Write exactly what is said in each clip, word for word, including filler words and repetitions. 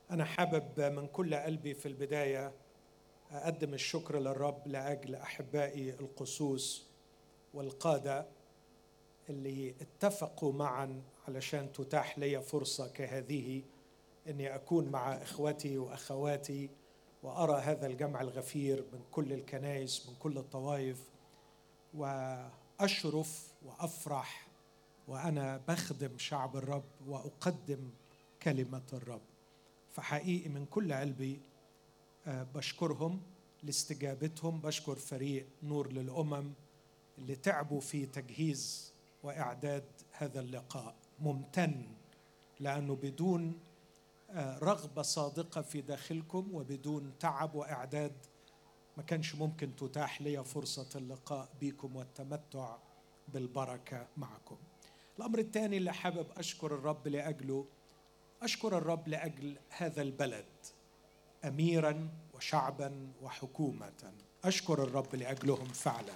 أنا حابب من كل قلبي في البداية أقدم الشكر للرب لأجل أحبائي القسوس والقادة اللي اتفقوا معا علشان تتاح لي فرصة كهذه أني أكون مع إخوتي وأخواتي وأرى هذا الجمع الغفير من كل الكنائس من كل الطوائف، وأشرف وأفرح وأنا بخدم شعب الرب وأقدم كلمة الرب. فحقيقي من كل قلبي بشكرهم لاستجابتهم. بشكر فريق نور للأمم اللي تعبوا في تجهيز وإعداد هذا اللقاء. ممتن لأنه بدون رغبة صادقة في داخلكم وبدون تعب وإعداد ما كانش ممكن تتاح لي فرصة اللقاء بكم والتمتع بالبركة معكم. الأمر الثاني اللي حابب أشكر الرب لأجله، أشكر الرب لأجل هذا البلد أميراً وشعباً وحكومة. أشكر الرب لأجلهم فعلاً،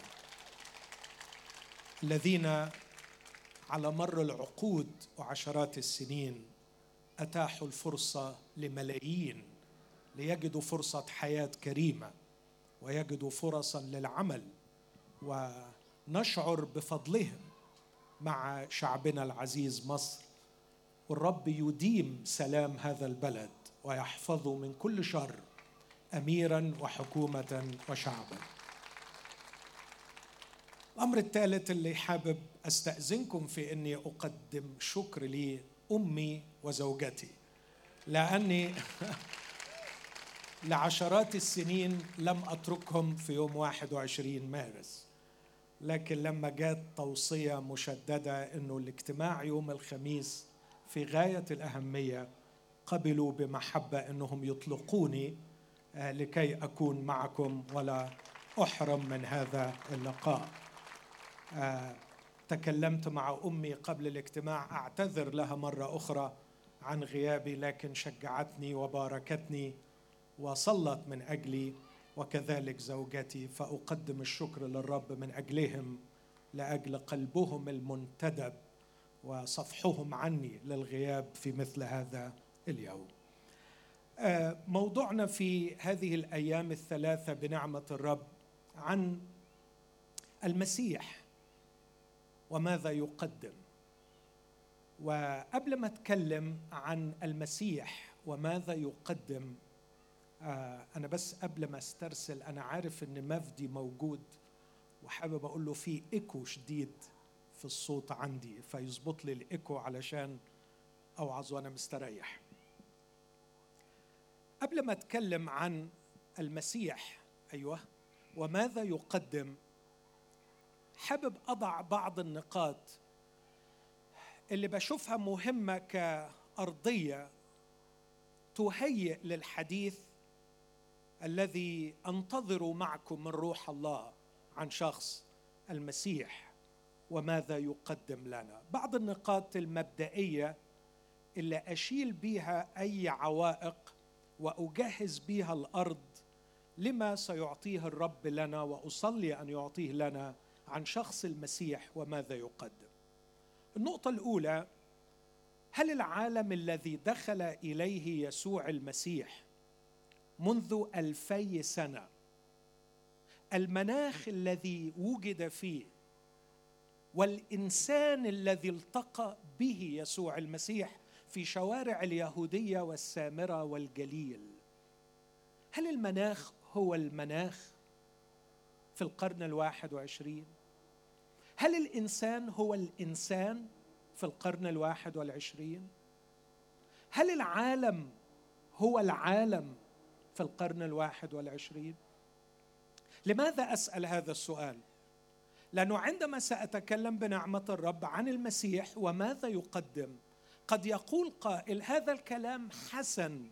الذين على مر العقود وعشرات السنين أتاحوا الفرصة لملايين ليجدوا فرصة حياة كريمة ويجدوا فرصاً للعمل، ونشعر بفضلهم مع شعبنا العزيز مصر. والرب يديم سلام هذا البلد ويحفظه من كل شر أميراً وحكومة وشعباً. الأمر الثالث اللي حابب أستأذنكم في أني أقدم شكر لي أمي وزوجتي، لأني لعشرات السنين لم أتركهم في يوم واحد وعشرين مارس، لكن لما جاءت توصية مشددة أنه الاجتماع يوم الخميس في غاية الأهمية، قبلوا بمحبة أنهم يطلقوني لكي أكون معكم ولا أحرم من هذا اللقاء. تكلمت مع أمي قبل الاجتماع، أعتذر لها مرة أخرى عن غيابي، لكن شجعتني وباركتني وصلت من أجلي، وكذلك زوجتي. فأقدم الشكر للرب من أجلهم، لأجل قلبهم المنتدب وصفحهم عني للغياب في مثل هذا اليوم. موضوعنا في هذه الأيام الثلاثة بنعمة الرب عن المسيح وماذا يقدم. وقبل ما أتكلم عن المسيح وماذا يقدم، أنا بس قبل ما استرسل، أنا عارف أن مفدي موجود وحابب أقول له في إيكو شديد في الصوت عندي، فيظبط لي الإيكو علشان أوعظ وأنا مستريح. قبل ما أتكلم عن المسيح أيوة وماذا يقدم، حابب أضع بعض النقاط اللي بشوفها مهمة كأرضية تهيئ للحديث الذي أنتظر معكم من روح الله عن شخص المسيح وماذا يقدم لنا. بعض النقاط المبدئية اللي أشيل بها أي عوائق وأجهز بها الأرض لما سيعطيه الرب لنا وأصلي أن يعطيه لنا عن شخص المسيح وماذا يقدم. النقطة الأولى: هل العالم الذي دخل إليه يسوع المسيح منذ ألفي سنة، المناخ الذي وجد فيه والإنسان الذي التقى به يسوع المسيح في شوارع اليهودية والسامرة والجليل، هل المناخ هو المناخ في القرن الواحد وعشرين؟ هل الإنسان هو الإنسان في القرن الواحد والعشرين؟ هل العالم هو العالم في القرن الواحد والعشرين؟ لماذا أسأل هذا السؤال؟ لأنه عندما سأتكلم بنعمة الرب عن المسيح وماذا يقدم، قد يقول قائل هذا الكلام حسن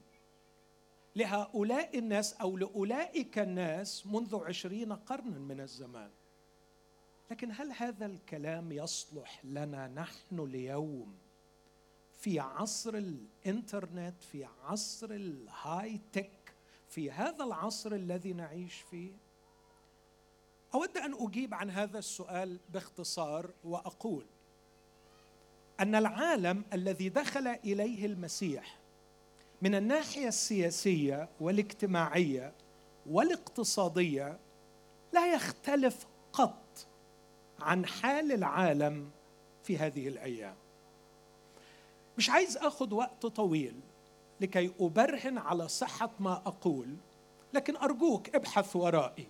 لهؤلاء الناس أو لأولئك الناس منذ عشرين قرنا من الزمان، لكن هل هذا الكلام يصلح لنا نحن اليوم في عصر الإنترنت، في عصر الهاي تك، في هذا العصر الذي نعيش فيه؟ أود أن أجيب عن هذا السؤال باختصار وأقول أن العالم الذي دخل إليه المسيح من الناحية السياسية والاجتماعية والاقتصادية لا يختلف قط عن حال العالم في هذه الأيام. مش عايز أخذ وقت طويل لكي أبرهن على صحة ما أقول، لكن أرجوك ابحث ورائي،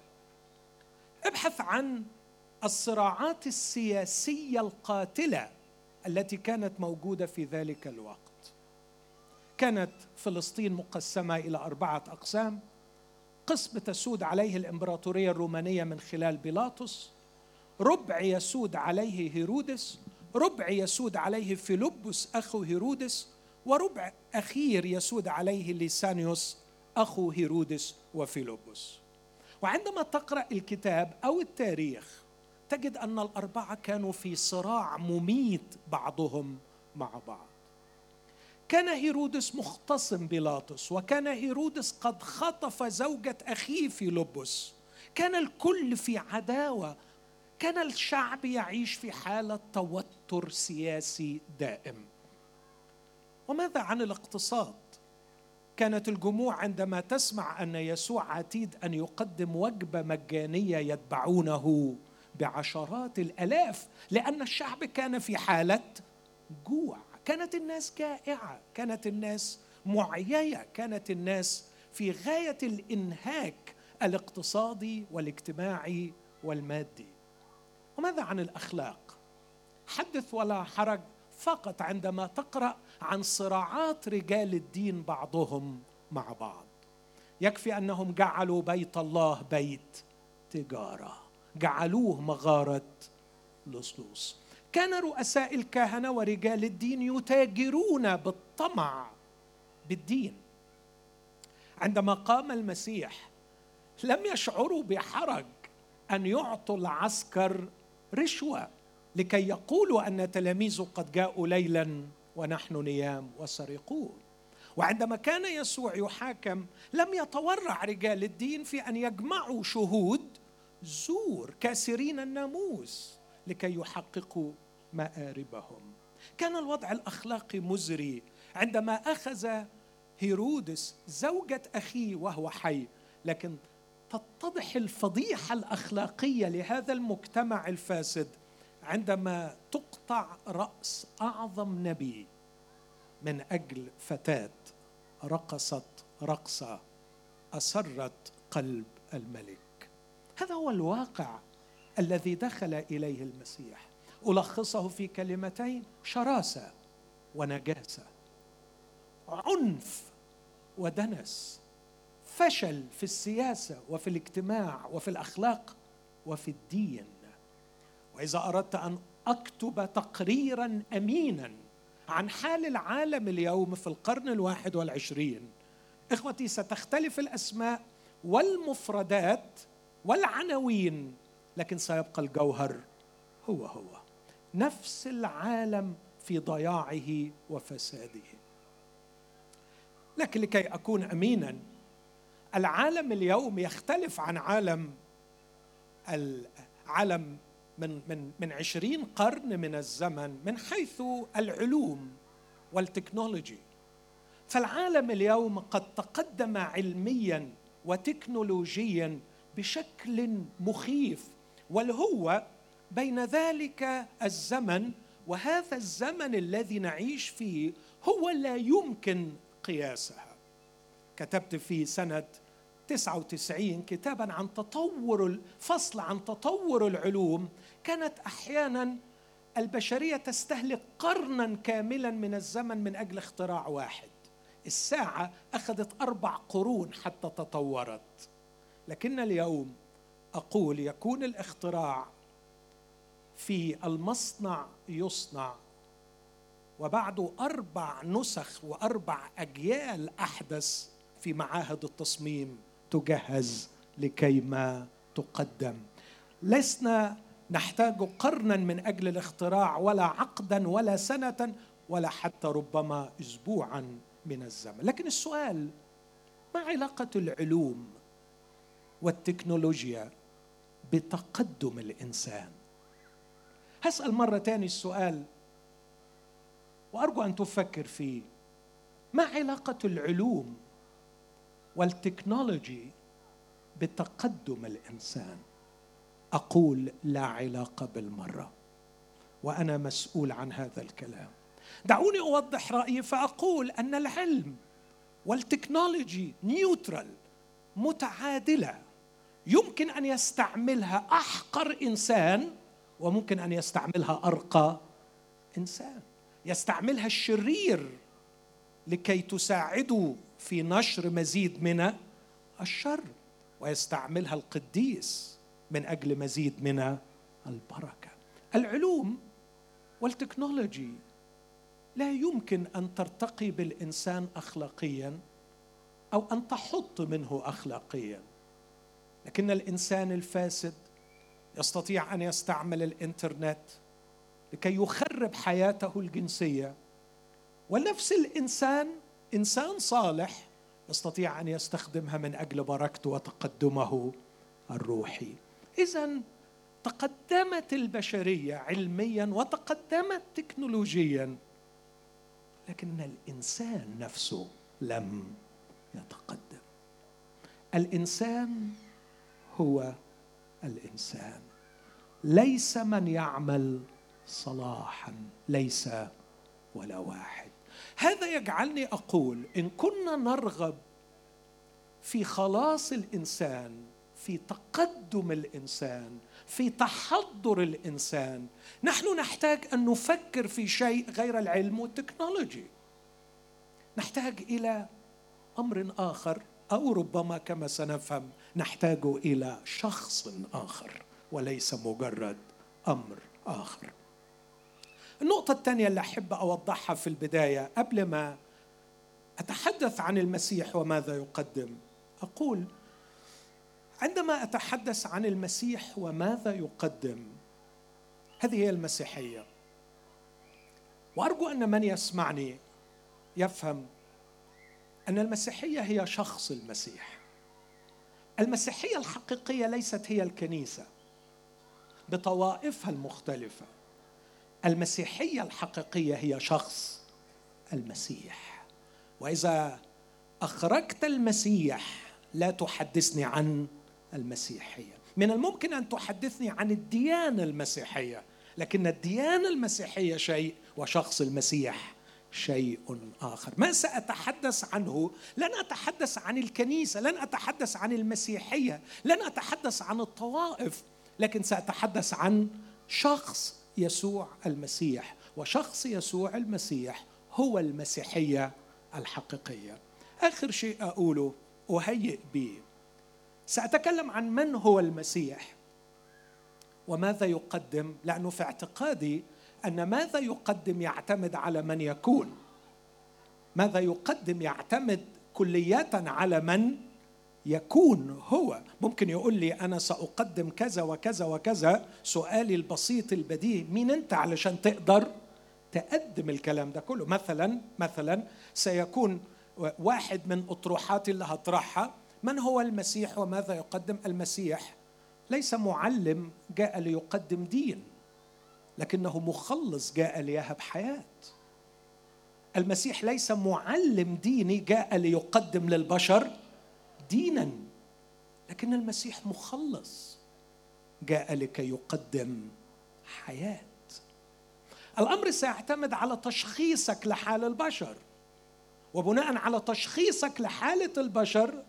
ابحث عن الصراعات السياسية القاتلة التي كانت موجودة في ذلك الوقت. كانت فلسطين مقسمة إلى أربعة أقسام: قسم تسود عليه الإمبراطورية الرومانية من خلال بيلاطس، ربع يسود عليه هيرودس، ربع يسود عليه فيلبس أخو هيرودس، وربع أخير يسود عليه ليسانيوس أخو هيرودس وفيلبس. وعندما تقرأ الكتاب أو التاريخ تجد أن الأربعة كانوا في صراع مميت بعضهم مع بعض. كان هيرودس مختصم بيلاطس، وكان هيرودس قد خطف زوجة أخيه فيلبس. كان الكل في عداوة، كان الشعب يعيش في حالة توتر سياسي دائم. وماذا عن الاقتصاد؟ كانت الجموع عندما تسمع أن يسوع عتيد أن يقدم وجبة مجانية يتبعونه بعشرات الآلاف، لأن الشعب كان في حالة جوع، كانت الناس جائعة، كانت الناس معيية، كانت الناس في غاية الإنهاك الاقتصادي والاجتماعي والمادي. وماذا عن الأخلاق؟ حدث ولا حرج فقط عندما تقرأ عن صراعات رجال الدين بعضهم مع بعض. يكفي أنهم جعلوا بيت الله بيت تجارة، جعلوه مغارة لصوص. كان رؤساء الكهنة ورجال الدين يتاجرون بالطمع بالدين. عندما قام المسيح لم يشعروا بحرج أن يعطوا العسكر رشوة لكي يقولوا أن تلاميذه قد جاءوا ليلا ونحن نيام وسرقون. وعندما كان يسوع يحاكم لم يتورع رجال الدين في أن يجمعوا شهود زور كاسرين الناموس لكي يحققوا مآربهم. كان الوضع الأخلاقي مزري عندما أخذ هيرودس زوجة أخيه وهو حي، لكن تتضح الفضيحة الأخلاقية لهذا المجتمع الفاسد عندما تقطع رأس أعظم نبي من أجل فتاة رقصت رقصة أسرت قلب الملك. هذا هو الواقع الذي دخل إليه المسيح. ألخصه في كلمتين: شراسة ونجاسة، عنف ودنس، فشل في السياسة وفي الاجتماع وفي الأخلاق وفي الدين. وإذا أردت أن أكتب تقريراً أميناً عن حال العالم اليوم في القرن الواحد والعشرين، إخوتي، ستختلف الأسماء والمفردات والعناوين، لكن سيبقى الجوهر هو هو، نفس العالم في ضياعه وفساده. لكن لكي أكون أميناً، العالم اليوم يختلف عن عالم العالم من من من عشرين قرن من الزمن من حيث العلوم والتكنولوجي. فالعالم اليوم قد تقدم علمياً وتكنولوجياً بشكل مخيف، والهو بين ذلك الزمن وهذا الزمن الذي نعيش فيه هو لا يمكن قياسها. كتبت في سنة تسعة وتسعين كتاباً عن تطور فصل عن تطور العلوم. كانت أحياناً البشرية تستهلك قرناً كاملاً من الزمن من أجل اختراع واحد. الساعة أخذت أربع قرون حتى تطورت، لكن اليوم أقول يكون الاختراع في المصنع يصنع، وبعده أربع نسخ وأربع أجيال أحدث في معاهد التصميم تجهز لكي ما تقدم. لسنا نحتاج قرنا من أجل الاختراع، ولا عقدا ولا سنة ولا حتى ربما أسبوعا من الزمن. لكن السؤال: ما علاقة العلوم والتكنولوجيا بتقدم الإنسان؟ هسأل مرة تاني السؤال وأرجو أن تفكر فيه: ما علاقة العلوم والتكنولوجي بتقدم الإنسان؟ أقول لا علاقة بالمرة، وأنا مسؤول عن هذا الكلام. دعوني أوضح رأيي فأقول أن العلم والتكنولوجي نيوترال، متعادلة. يمكن أن يستعملها أحقر إنسان، وممكن أن يستعملها أرقى إنسان. يستعملها الشرير لكي تساعده في نشر مزيد من الشر، ويستعملها القديس من أجل مزيد من البركة. العلوم والتكنولوجي لا يمكن أن ترتقي بالإنسان أخلاقياً أو أن تحط منه أخلاقياً، لكن الإنسان الفاسد يستطيع أن يستعمل الإنترنت لكي يخرب حياته الجنسية، ونفس الإنسان إنسان صالح يستطيع أن يستخدمها من أجل بركته وتقدمه الروحي. إذن تقدمت البشرية علمياً وتقدمت تكنولوجياً، لكن الإنسان نفسه لم يتقدم. الإنسان هو الإنسان، ليس من يعمل صلاحاً، ليس ولا واحد. هذا يجعلني أقول إن كنا نرغب في خلاص الإنسان، في تقدم الإنسان، في تحضر الإنسان، نحن نحتاج أن نفكر في شيء غير العلم والتكنولوجي. نحتاج إلى أمر آخر، أو ربما كما سنفهم نحتاج إلى شخص آخر وليس مجرد أمر آخر. النقطة الثانية اللي أحب أوضحها في البداية قبل ما أتحدث عن المسيح وماذا يقدم، أقول عندما أتحدث عن المسيح وماذا يقدم، هذه هي المسيحية. وأرجو أن من يسمعني يفهم أن المسيحية هي شخص المسيح. المسيحية الحقيقية ليست هي الكنيسة بطوائفها المختلفة. المسيحية الحقيقية هي شخص المسيح. وإذا أخرجت المسيح لا تحدثني عن المسيحية. من الممكن أن تحدثني عن الديانة المسيحية، لكن الديانة المسيحية شيء وشخص المسيح شيء آخر. ما سأتحدث عنه، لن أتحدث عن الكنيسة، لن أتحدث عن المسيحية، لن أتحدث عن الطوائف، لكن سأتحدث عن شخص يسوع المسيح. وشخص يسوع المسيح هو المسيحية الحقيقية. آخر شيء أقوله أهيئ به، سأتكلم عن من هو المسيح وماذا يقدم، لأنه في اعتقادي أن ماذا يقدم يعتمد على من يكون. ماذا يقدم يعتمد كلياً على من يكون هو. ممكن يقول لي أنا سأقدم كذا وكذا وكذا، سؤالي البسيط البديهي مين أنت علشان تقدر تقدم الكلام ده كله؟ مثلاً مثلاً سيكون واحد من أطروحاتي اللي هطرحها، من هو المسيح وماذا يقدم؟ المسيح ليس معلم جاء ليقدم دين، لكنه مخلص جاء ليهب حياة. المسيح ليس معلم ديني جاء ليقدم للبشر دينا، لكن المسيح مخلص جاء لكي يقدم حياة. الأمر سيعتمد على تشخيصك لحال البشر، وبناء على تشخيصك لحالة البشر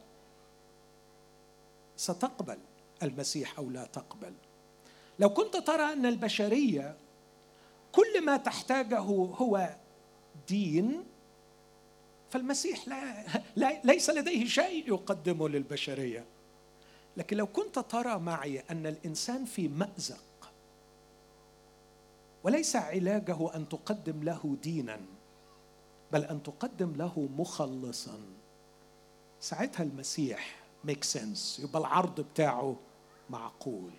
ستقبل المسيح أو لا تقبل. لو كنت ترى أن البشرية كل ما تحتاجه هو دين، فالمسيح لا لا ليس لديه شيء يقدمه للبشرية. لكن لو كنت ترى معي أن الإنسان في مأزق وليس علاجه أن تقدم له دينا، بل أن تقدم له مخلصا، ساعتها المسيح make sense، يبقى العرض بتاعه معقول.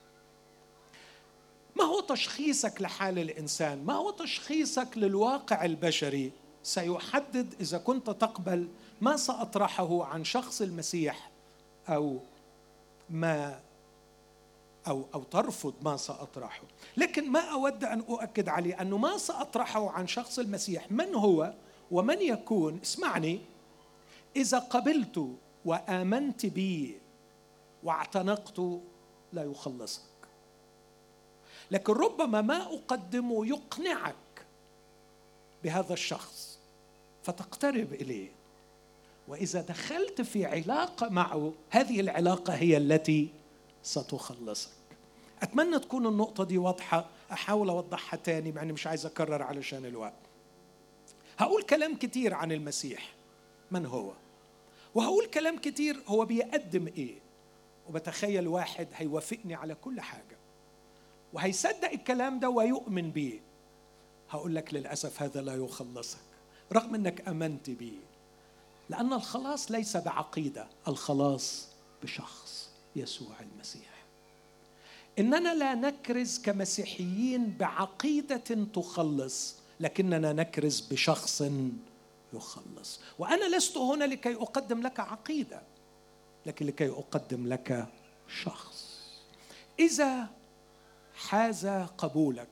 ما هو تشخيصك لحال الإنسان؟ ما هو تشخيصك للواقع البشري؟ سيحدد إذا كنت تقبل ما سأطرحه عن شخص المسيح أو ما أو أو ترفض ما سأطرحه. لكن ما أود أن أؤكد عليه أنه ما سأطرحه عن شخص المسيح من هو ومن يكون، اسمعني، إذا قبلت وآمنت بي واعتنقت لا يخلصك، لكن ربما ما أقدمه يقنعك بهذا الشخص فتقترب إليه، وإذا دخلت في علاقة معه هذه العلاقة هي التي ستخلصك. أتمنى تكون النقطة دي واضحة، أحاول أوضحها تاني مع أني مش عايز أكرر علشان الوقت. هقول كلام كتير عن المسيح من هو، وهقول كلام كتير هو بيقدم إيه، وبتخيل واحد هيوافقني على كل حاجة وهيصدق الكلام ده ويؤمن بيه. هقول لك للأسف هذا لا يخلصك رغم أنك أمنت بيه، لأن الخلاص ليس بعقيدة، الخلاص بشخص يسوع المسيح. إننا لا نكرز كمسيحيين بعقيدة تخلص، لكننا نكرز بشخص يخلص. وأنا لست هنا لكي أقدم لك عقيدة، لكن لكي أقدم لك شخص. إذا حاز قبولك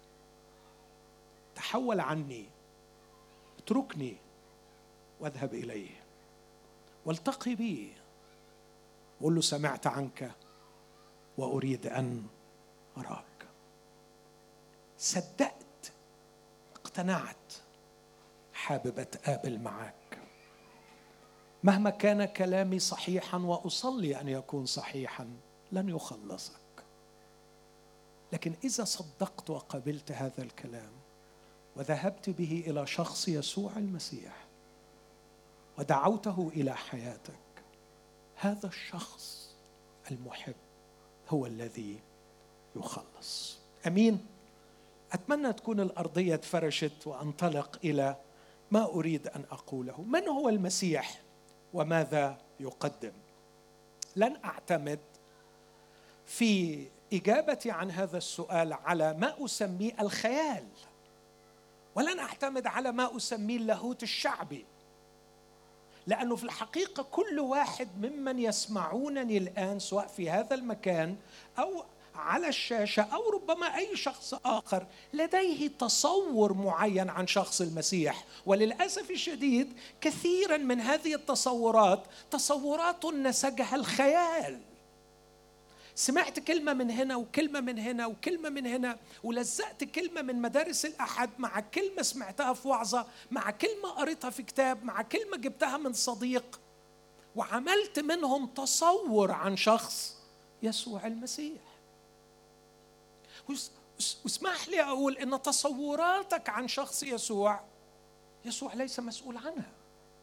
تحول عني، اتركني واذهب إليه والتقي بي، وقل له سمعت عنك وأريد أن أراك. صدقت، اقتنعت، حابب أتقابل معك. مهما كان كلامي صحيحا وأصلي أن يكون صحيحا لن يخلصك، لكن إذا صدقت وقبلت هذا الكلام وذهبت به إلى شخص يسوع المسيح ودعوته إلى حياتك، هذا الشخص المحب هو الذي يخلص. أمين. أتمنى تكون الأرضية اتفرشت وأنطلق إلى ما أريد أن أقوله. من هو المسيح وماذا يقدم؟ لن أعتمد في إجابتي عن هذا السؤال على ما أسميه الخيال، ولن أعتمد على ما أسميه اللاهوت الشعبي، لأنه في الحقيقة كل واحد ممن يسمعونني الآن سواء في هذا المكان أو على الشاشة أو ربما أي شخص آخر لديه تصور معين عن شخص المسيح، وللأسف الشديد كثيرا من هذه التصورات تصورات نسجها الخيال. سمعت كلمة من هنا وكلمة من هنا وكلمة من هنا، ولزقت كلمة من مدارس الأحد مع كلمة سمعتها في وعظة مع كلمة قريتها في كتاب مع كلمة جبتها من صديق، وعملت منهم تصور عن شخص يسوع المسيح. واسمح لي أقول إن تصوراتك عن شخص يسوع يسوع ليس مسؤول عنها،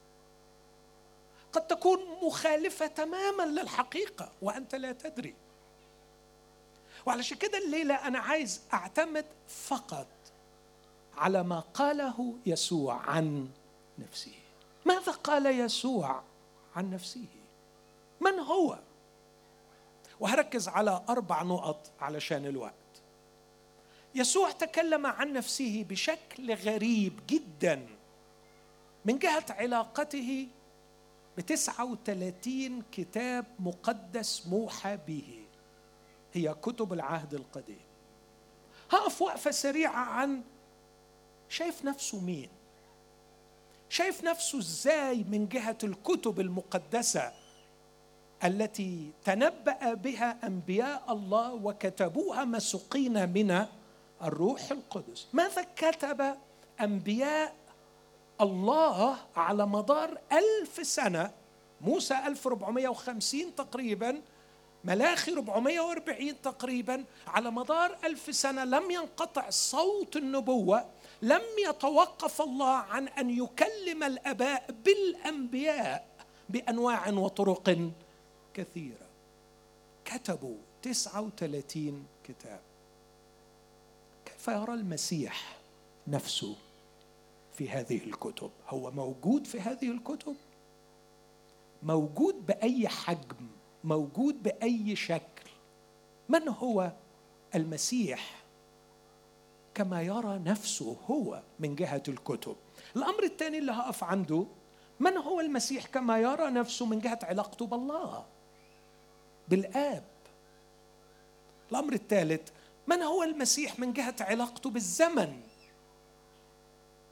قد تكون مخالفة تماما للحقيقة وأنت لا تدري. وعلشان كده الليلة أنا عايز أعتمد فقط على ما قاله يسوع عن نفسه. ماذا قال يسوع عن نفسه؟ من هو؟ وهركز على أربع نقط علشان الوقت. يسوع تكلم عن نفسه بشكل غريب جدا من جهة علاقته بتسعة وثلاثين كتاب مقدس موحى به، هي كتب العهد القديم. هقف وقفة سريعة عن شايف نفسه مين، شايف نفسه ازاي من جهة الكتب المقدسة التي تنبأ بها أنبياء الله وكتبوها مسوقين من الروح القدس. ماذا كتب أنبياء الله على مدار ألف سنة؟ موسى ألف وأربعمائة وخمسين تقريبا، ملاخي أربعمائة وأربعين تقريبا. على مدار ألف سنة لم ينقطع صوت النبوة، لم يتوقف الله عن أن يكلم الآباء بالأنبياء بأنواع وطرق كثيرة. كتبوا تسعة وثلاثين كتاب. كيف يرى المسيح نفسه في هذه الكتب؟ هو موجود في هذه الكتب؟ موجود بأي حجم؟ موجود بأي شكل؟ من هو المسيح كما يرى نفسه هو من جهة الكتب؟ الأمر الثاني اللي هقف عنده، من هو المسيح كما يرى نفسه من جهة علاقته بالله، بالآب؟ الأمر الثالث، من هو المسيح من جهة علاقته بالزمن؟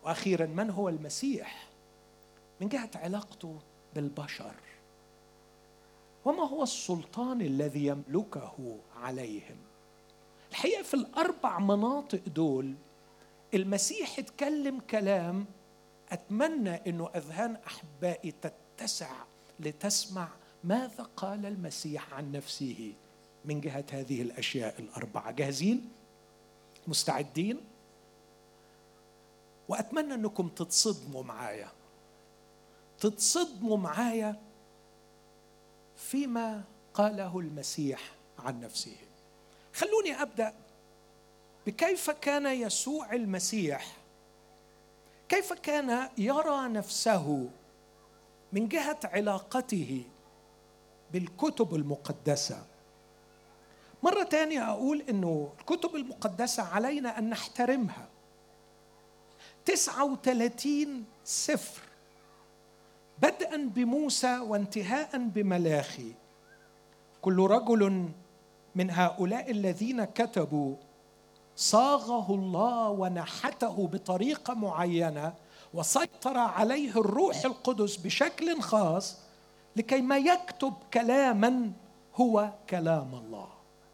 وأخيرا من هو المسيح من جهة علاقته بالبشر، وما هو السلطان الذي يملكه عليهم. الحقيقة في الأربع مناطق دول المسيح اتكلم كلام أتمنى أنه أذهان أحبائي تتسع لتسمع ماذا قال المسيح عن نفسه من جهة هذه الأشياء الأربعة. جاهزين؟ مستعدين؟ وأتمنى أنكم تتصدموا معايا تتصدموا معايا فيما قاله المسيح عن نفسه. خلوني أبدأ بكيف كان يسوع المسيح، كيف كان يرى نفسه من جهة علاقته بالكتب المقدسة. مرة تانية أقول إنه الكتب المقدسة علينا أن نحترمها. تسعة وثلاثين سفر بدءا بموسى وانتهاء بملاخي، كل رجل من هؤلاء الذين كتبوا صاغه الله ونحته بطريقة معينة وسيطر عليه الروح القدس بشكل خاص لكي ما يكتب كلاما هو كلام الله.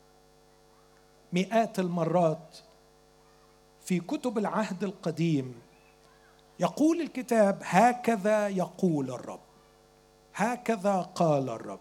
مئات المرات في كتب العهد القديم يقول الكتاب هكذا يقول الرب، هكذا قال الرب.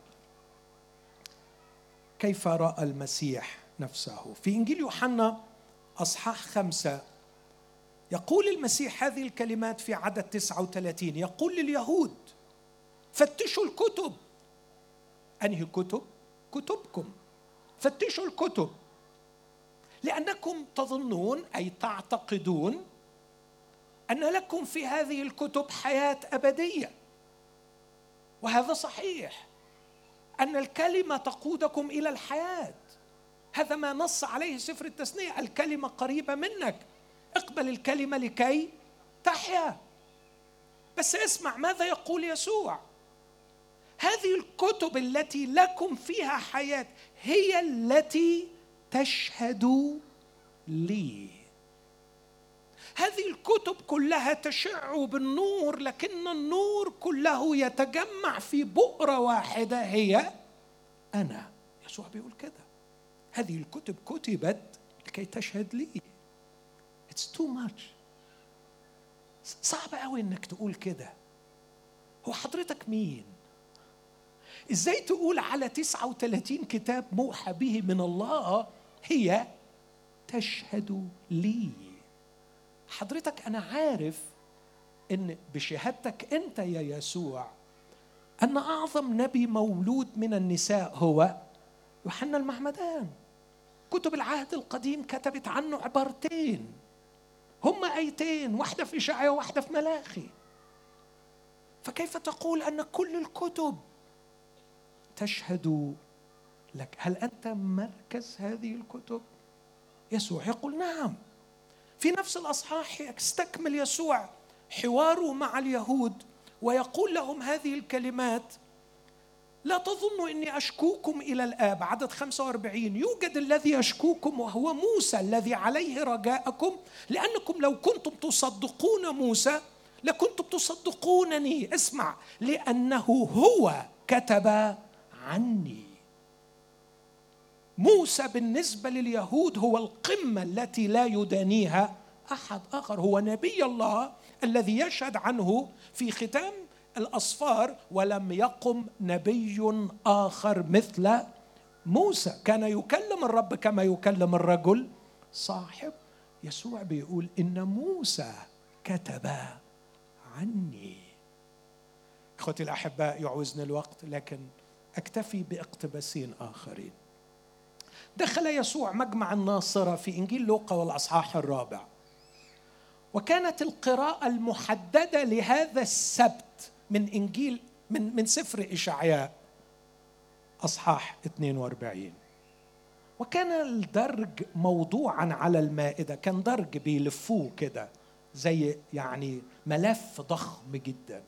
كيف رأى المسيح نفسه؟ في إنجيل يوحنا أصحاح خمسة يقول المسيح هذه الكلمات في عدد تسعة وثلاثين، يقول لليهود فتشوا الكتب. أنهي كتب؟ كتبكم. فتشوا الكتب لأنكم تظنون أي تعتقدون أن لكم في هذه الكتب حياة أبدية، وهذا صحيح، أن الكلمة تقودكم إلى الحياة. هذا ما نص عليه سفر التثنية، الكلمة قريبة منك، اقبل الكلمة لكي تحيا. بس اسمع ماذا يقول يسوع، هذه الكتب التي لكم فيها حياة هي التي تشهد لي. هذه الكتب كلها تشع بالنور، لكن النور كله يتجمع في بؤرة واحدة هي أنا. يسوع بيقول كده، هذه الكتب كتبت لكي تشهد لي. It's too much. صعب قوي انك تقول كده. هو حضرتك مين؟ ازاي تقول على تسعة وثلاثين كتاب موحى به من الله هي تشهد لي؟ حضرتك أنا عارف إن بشهادتك أنت يا يسوع أن أعظم نبي مولود من النساء هو يوحنا المعمدان. كتب العهد القديم كتبت عنه عبارتين، هما آيتين، واحدة في إشعياء وواحدة في ملاخي. فكيف تقول أن كل الكتب تشهد لك؟ هل أنت مركز هذه الكتب؟ يسوع يقول نعم. في نفس الأصحاح يستكمل يسوع حواره مع اليهود ويقول لهم هذه الكلمات: لا تظنوا أني أشكوكم إلى الآب. عدد خمسة وأربعين، يوجد الذي يشكوكم وهو موسى الذي عليه رجاءكم، لأنكم لو كنتم تصدقون موسى لكنتم تصدقونني. اسمع، لأنه هو كتب عني. موسى بالنسبة لليهود هو القمة التي لا يدانيها أحد آخر، هو نبي الله الذي يشهد عنه في ختام الأسفار: ولم يقم نبي آخر مثل موسى، كان يكلم الرب كما يكلم الرجل صاحب. يسوع بيقول إن موسى كتب عني. أخوتي الأحباء، يعوزني الوقت لكن أكتفي باقتباسين آخرين. دخل يسوع مجمع الناصرة في إنجيل لوقا والأصحاح الرابع، وكانت القراءة المحددة لهذا السبت من إنجيل من من سفر إشعياء أصحاح اثنين وأربعين. وكان الدرج موضوعا على المائدة، كان درج بيلفوه كده زي يعني ملف ضخم جدا.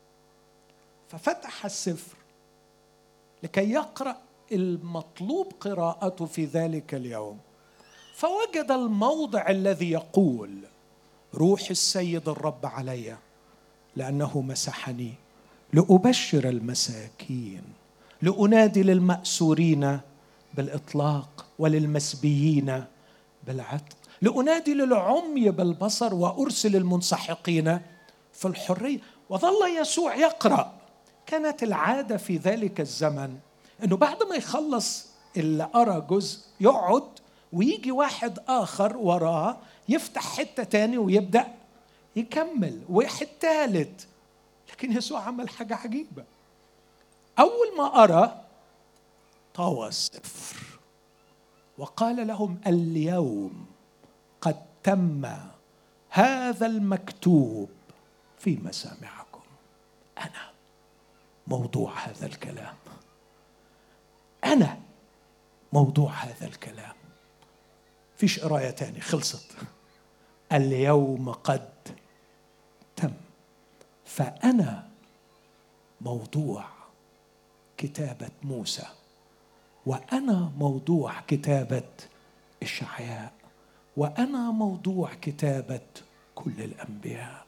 ففتح السفر لكي يقرأ المطلوب قراءته في ذلك اليوم، فوجد الموضع الذي يقول: روح السيد الرب علي لأنه مسحني لأبشر المساكين، لأنادي للمأسورين بالإطلاق وللمسبيين بالعتق، لأنادي للعمي بالبصر وأرسل المنسحقين في الحرية. وظل يسوع يقرأ. كانت العادة في ذلك الزمن أنه بعد ما يخلص اللي أرى جزء يقعد ويجي واحد آخر وراه يفتح حتة تاني ويبدأ يكمل، وواحد ثالث. لكن يسوع عمل حاجة عجيبة. أول ما أرى طوى السفر وقال لهم اليوم قد تم هذا المكتوب في مسامعكم. أنا موضوع هذا الكلام، أنا موضوع هذا الكلام. فيش قراية تاني، خلصت. اليوم قد تم. فأنا موضوع كتابة موسى، وأنا موضوع كتابة إشعياء، وأنا موضوع كتابة كل الأنبياء.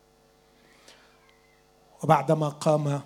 وبعدما قام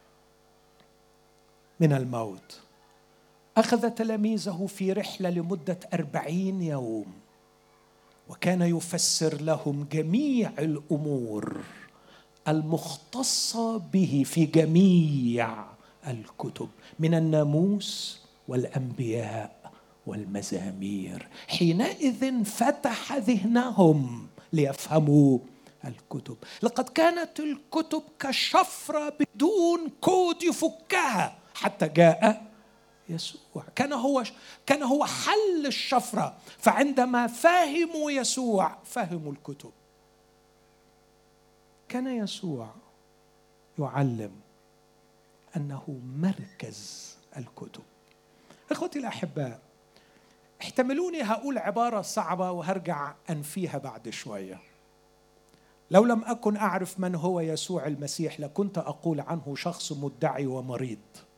من الموت أخذ تلاميذه في رحلة لمدة أربعين يوم، وكان يفسر لهم جميع الأمور المختصة به في جميع الكتب من الناموس والأنبياء والمزامير. حينئذ فتح ذهنهم ليفهموا الكتب. لقد كانت الكتب كشفرة بدون كود يفكها حتى جاء يسوع. كان هو كان هو حل الشفرة. فعندما فهموا يسوع فهموا الكتب. كان يسوع يعلم أنه مركز الكتب. إخوتي الأحباء، احتملوني هقول عبارة صعبة وهرجع أنفيها بعد شوية. لو لم أكن أعرف من هو يسوع المسيح لكنت أقول عنه شخص مدعي ومريض،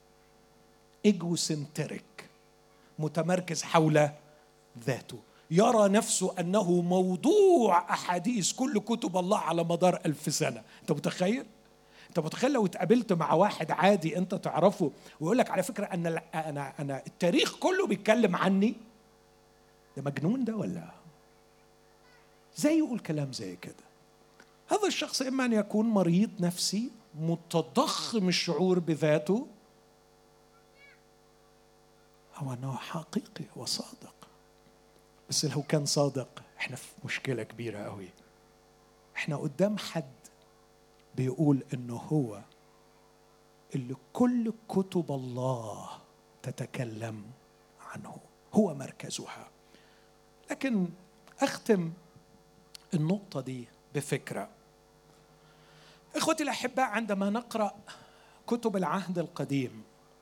إيجوسنتريك، متمركز حول ذاته، يرى نفسه أنه موضوع أحاديث كل كتب الله على مدار ألف سنة. أنت متخيل؟ أنت متخيل لو اتقابلت مع واحد عادي أنت تعرفه ويقول لك على فكرة أن أنا أنا التاريخ كله بيتكلم عني؟ ده مجنون ده ولا؟ زي يقول كلام زي كده. هذا الشخص إما أن يكون مريض نفسي متضخم الشعور بذاته، أو أنه حقيقي وصادق. بس لو كان صادق إحنا في مشكلة كبيرة قوي. إحنا قدام حد بيقول إنه هو اللي كل كتب الله تتكلم عنه، هو مركزها. لكن أختم النقطة دي بفكرة. إخوتي الأحباء، عندما نقرأ كتب العهد القديم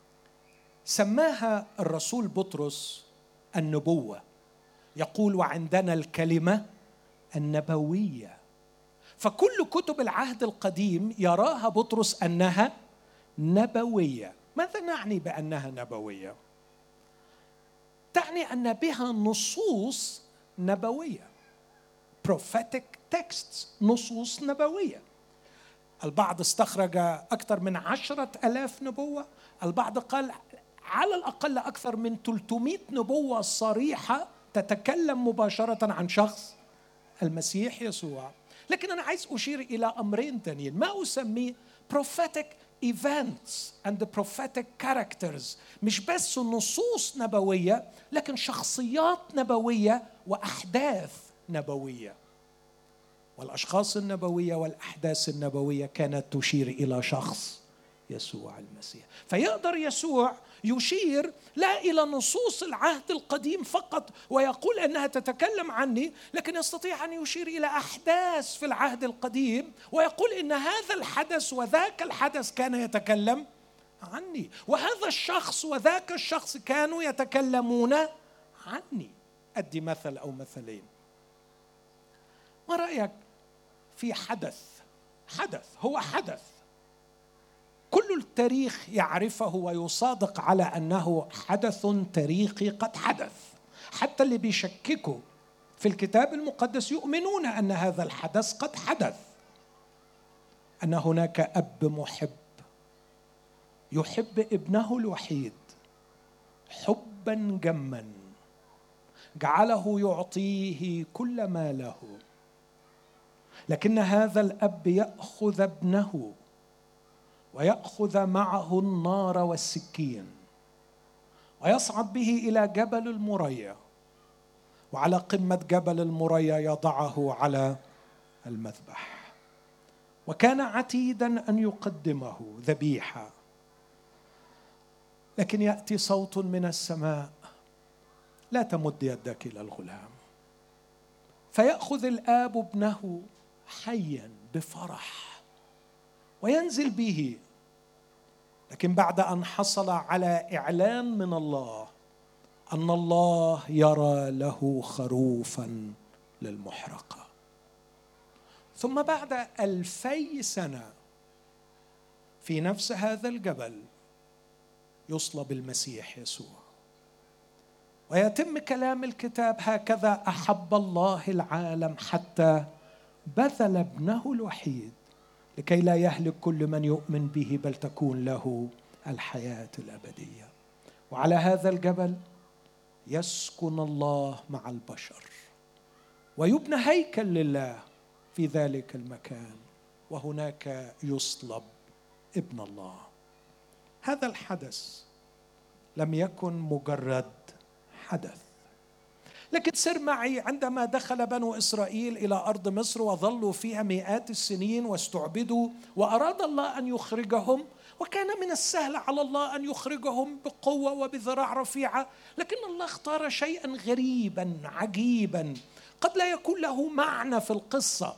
سماها الرسول بطرس النبوة. يقول وعندنا الكلمة النبوية. فكل كتب العهد القديم يراها بطرس أنها نبوية. ماذا نعني بأنها نبوية؟ تعني أن بها نصوص نبوية، prophetic texts، نصوص نبوية. البعض استخرج أكثر من عشرة ألاف نبوة، البعض قال على الأقل أكثر من ثلاثمائة نبوة صريحة تتكلم مباشرة عن شخص المسيح يسوع. لكن أنا عايز أشير إلى أمرين تانيين، ما أسميه prophetic events and prophetic characters. مش بس نصوص نبوية، لكن شخصيات نبوية وأحداث نبوية. والأشخاص النبوية والأحداث النبوية كانت تشير إلى شخص يسوع المسيح. فيقدر يسوع يشير لا إلى نصوص العهد القديم فقط ويقول أنها تتكلم عني، لكن يستطيع أن يشير إلى أحداث في العهد القديم ويقول إن هذا الحدث وذاك الحدث كان يتكلم عني، وهذا الشخص وذاك الشخص كانوا يتكلمون عني. أدي مثل أو مثلين. ما رأيك في حدث حدث هو حدث كل التاريخ يعرفه ويصادق على أنه حدث تاريخي قد حدث، حتى اللي بيشككوا في الكتاب المقدس يؤمنون أن هذا الحدث قد حدث، أن هناك أب محب يحب ابنه الوحيد حبا جما جعله يعطيه كل ما له، لكن هذا الأب يأخذ ابنه ويأخذ معه النار والسكين ويصعد به إلى جبل المريا، وعلى قمة جبل المريا يضعه على المذبح. وكان عتيدا أن يقدمه ذبيحة، لكن يأتي صوت من السماء: لا تمد يدك إلى الغلام. فيأخذ الآب ابنه حيا بفرح وينزل به، لكن بعد أن حصل على إعلان من الله أن الله يرى له خروفا للمحرقة. ثم بعد ألفي سنة في نفس هذا الجبل يصلب المسيح يسوع، ويتم كلام الكتاب: هكذا أحب الله العالم حتى بذل ابنه الوحيد لكي لا يهلك كل من يؤمن به بل تكون له الحياة الأبدية. وعلى هذا الجبل يسكن الله مع البشر، ويبنى هيكل لله في ذلك المكان، وهناك يصلب ابن الله. هذا الحدث لم يكن مجرد حدث، لكن سر معي عندما دخل بنو إسرائيل إلى أرض مصر وظلوا فيها مئات السنين واستعبدوا، وأراد الله أن يخرجهم، وكان من السهل على الله أن يخرجهم بقوة وبذراع رفيعة، لكن الله اختار شيئا غريبا عجيبا قد لا يكون له معنى في القصة.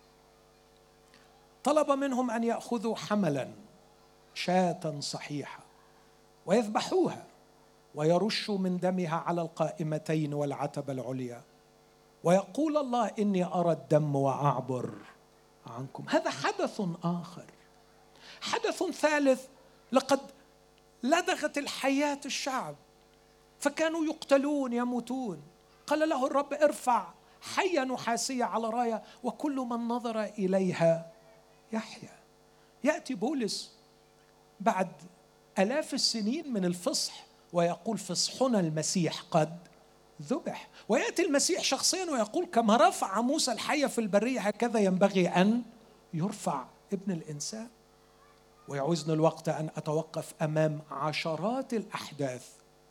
طلب منهم أن يأخذوا حملا شاة صحيحة ويذبحوها ويرشوا من دمها على القائمتين والعتبة العليا، ويقول الله: إني أرى الدم وأعبر عنكم. هذا حدث آخر، حدث ثالث. لقد لدغت الحياة الشعب فكانوا يقتلون يموتون. قال له الرب: ارفع حية نحاسية على راية وكل من نظر إليها يحيا. يأتي بولس بعد آلاف السنين من الفصح ويقول: فصحنا المسيح قد ذبح. ويأتي المسيح شخصيا ويقول: كما رفع موسى الحية في البرية هكذا ينبغي أن يرفع ابن الإنسان. ويعوزني الوقت أن أتوقف أمام عشرات الأحداث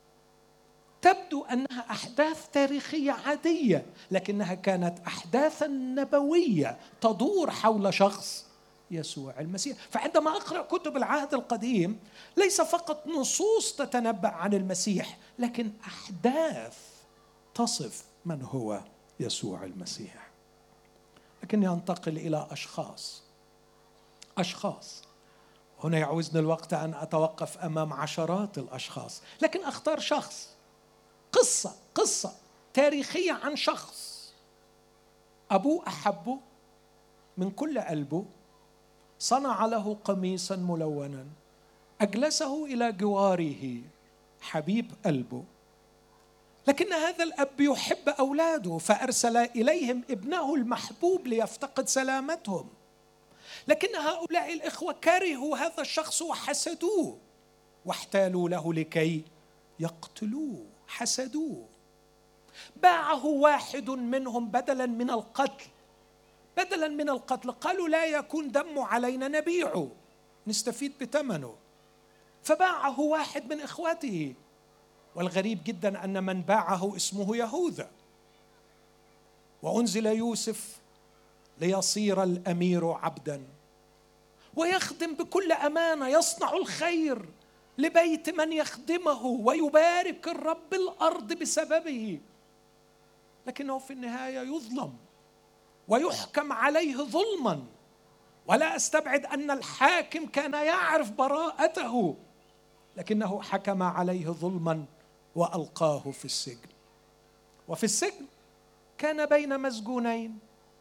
تبدو أنها أحداث تاريخية عادية، لكنها كانت أحداثا نبوية تدور حول شخص يسوع المسيح. فعندما أقرأ كتب العهد القديم ليس فقط نصوص تتنبأ عن المسيح، لكن أحداث تصف من هو يسوع المسيح. لكني أنتقل إلى أشخاص أشخاص هنا يعوزني الوقت أن أتوقف أمام عشرات الأشخاص، لكن أختار شخص، قصة قصة تاريخية عن شخص أبوه أحبه من كل قلبه، صنع له قميصا ملونا، أجلسه إلى جواره حبيب قلبه، لكن هذا الأب يحب أولاده فأرسل إليهم ابنه المحبوب ليفتقد سلامتهم، لكن هؤلاء الإخوة كرهوا هذا الشخص وحسدوه واحتالوا له لكي يقتلوه، حسدوه. باعه واحد منهم بدلا من القتل بدلا من القتل قالوا: لا يكون دمه علينا، نبيعه نستفيد بثمنه. فباعه واحد من إخوته، والغريب جدا أن من باعه اسمه يهوذا. وأنزل يوسف ليصير الأمير عبدا ويخدم بكل أمانة، يصنع الخير لبيت من يخدمه ويبارك الرب الأرض بسببه، لكنه في النهاية يظلم ويحكم عليه ظلما. ولا أستبعد أن الحاكم كان يعرف براءته، لكنه حكم عليه ظلما وألقاه في السجن. وفي السجن كان بين مسجونين،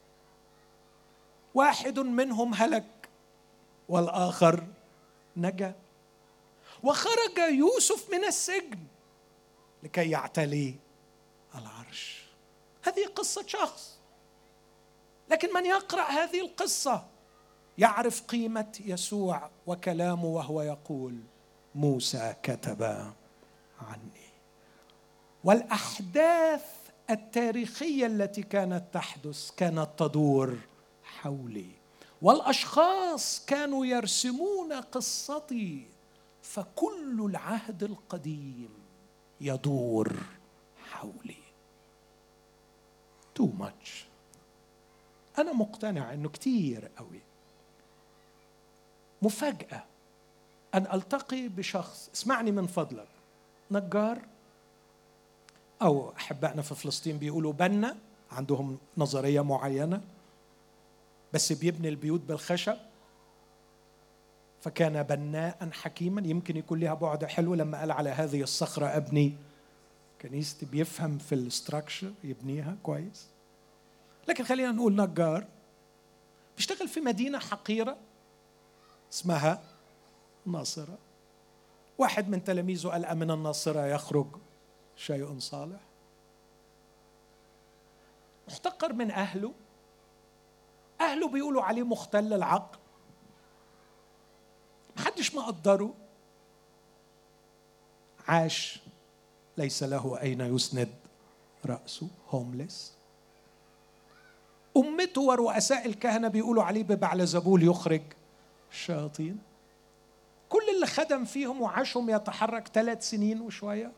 واحد منهم هلك والآخر نجا. وخرج يوسف من السجن لكي يعتلي العرش. هذه قصة شخص، لكن من يقرأ هذه القصة يعرف قيمة يسوع وكلامه وهو يقول موسى كتب عني. والأحداث التاريخية التي كانت تحدث كانت تدور حولي، والأشخاص كانوا يرسمون قصتي، فكل العهد القديم يدور حولي. too much. أنا مقتنع أنه كتير قوي مفاجأة أن ألتقي بشخص، اسمعني من فضلك، نجار، أو أحبائنا في فلسطين بيقولوا بنا، عندهم نظرية معينة، بس بيبني البيوت بالخشب، فكان بناء حكيما. يمكن يكون لها بعد حلو لما قال على هذه الصخرة أبني كنيستي، بيفهم في الاستراكشر يبنيها كويس. لكن خلينا نقول نجار بيشتغل في مدينة حقيرة اسمها ناصرة. واحد من تلاميذه قال من الناصرة يخرج شيء صالح. محتقر من أهله، أهله بيقولوا عليه مختل العقل، محدش مقدره، عاش ليس له أين يسند رأسه، هومليس. أمته ورؤساء الكهنة بيقولوا عليه ببعلزبول يخرج الشياطين. كل اللي خدم فيهم وعاشهم يتحرك ثلاث سنين وشوية،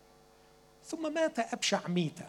ثم مات أبشع ميتة.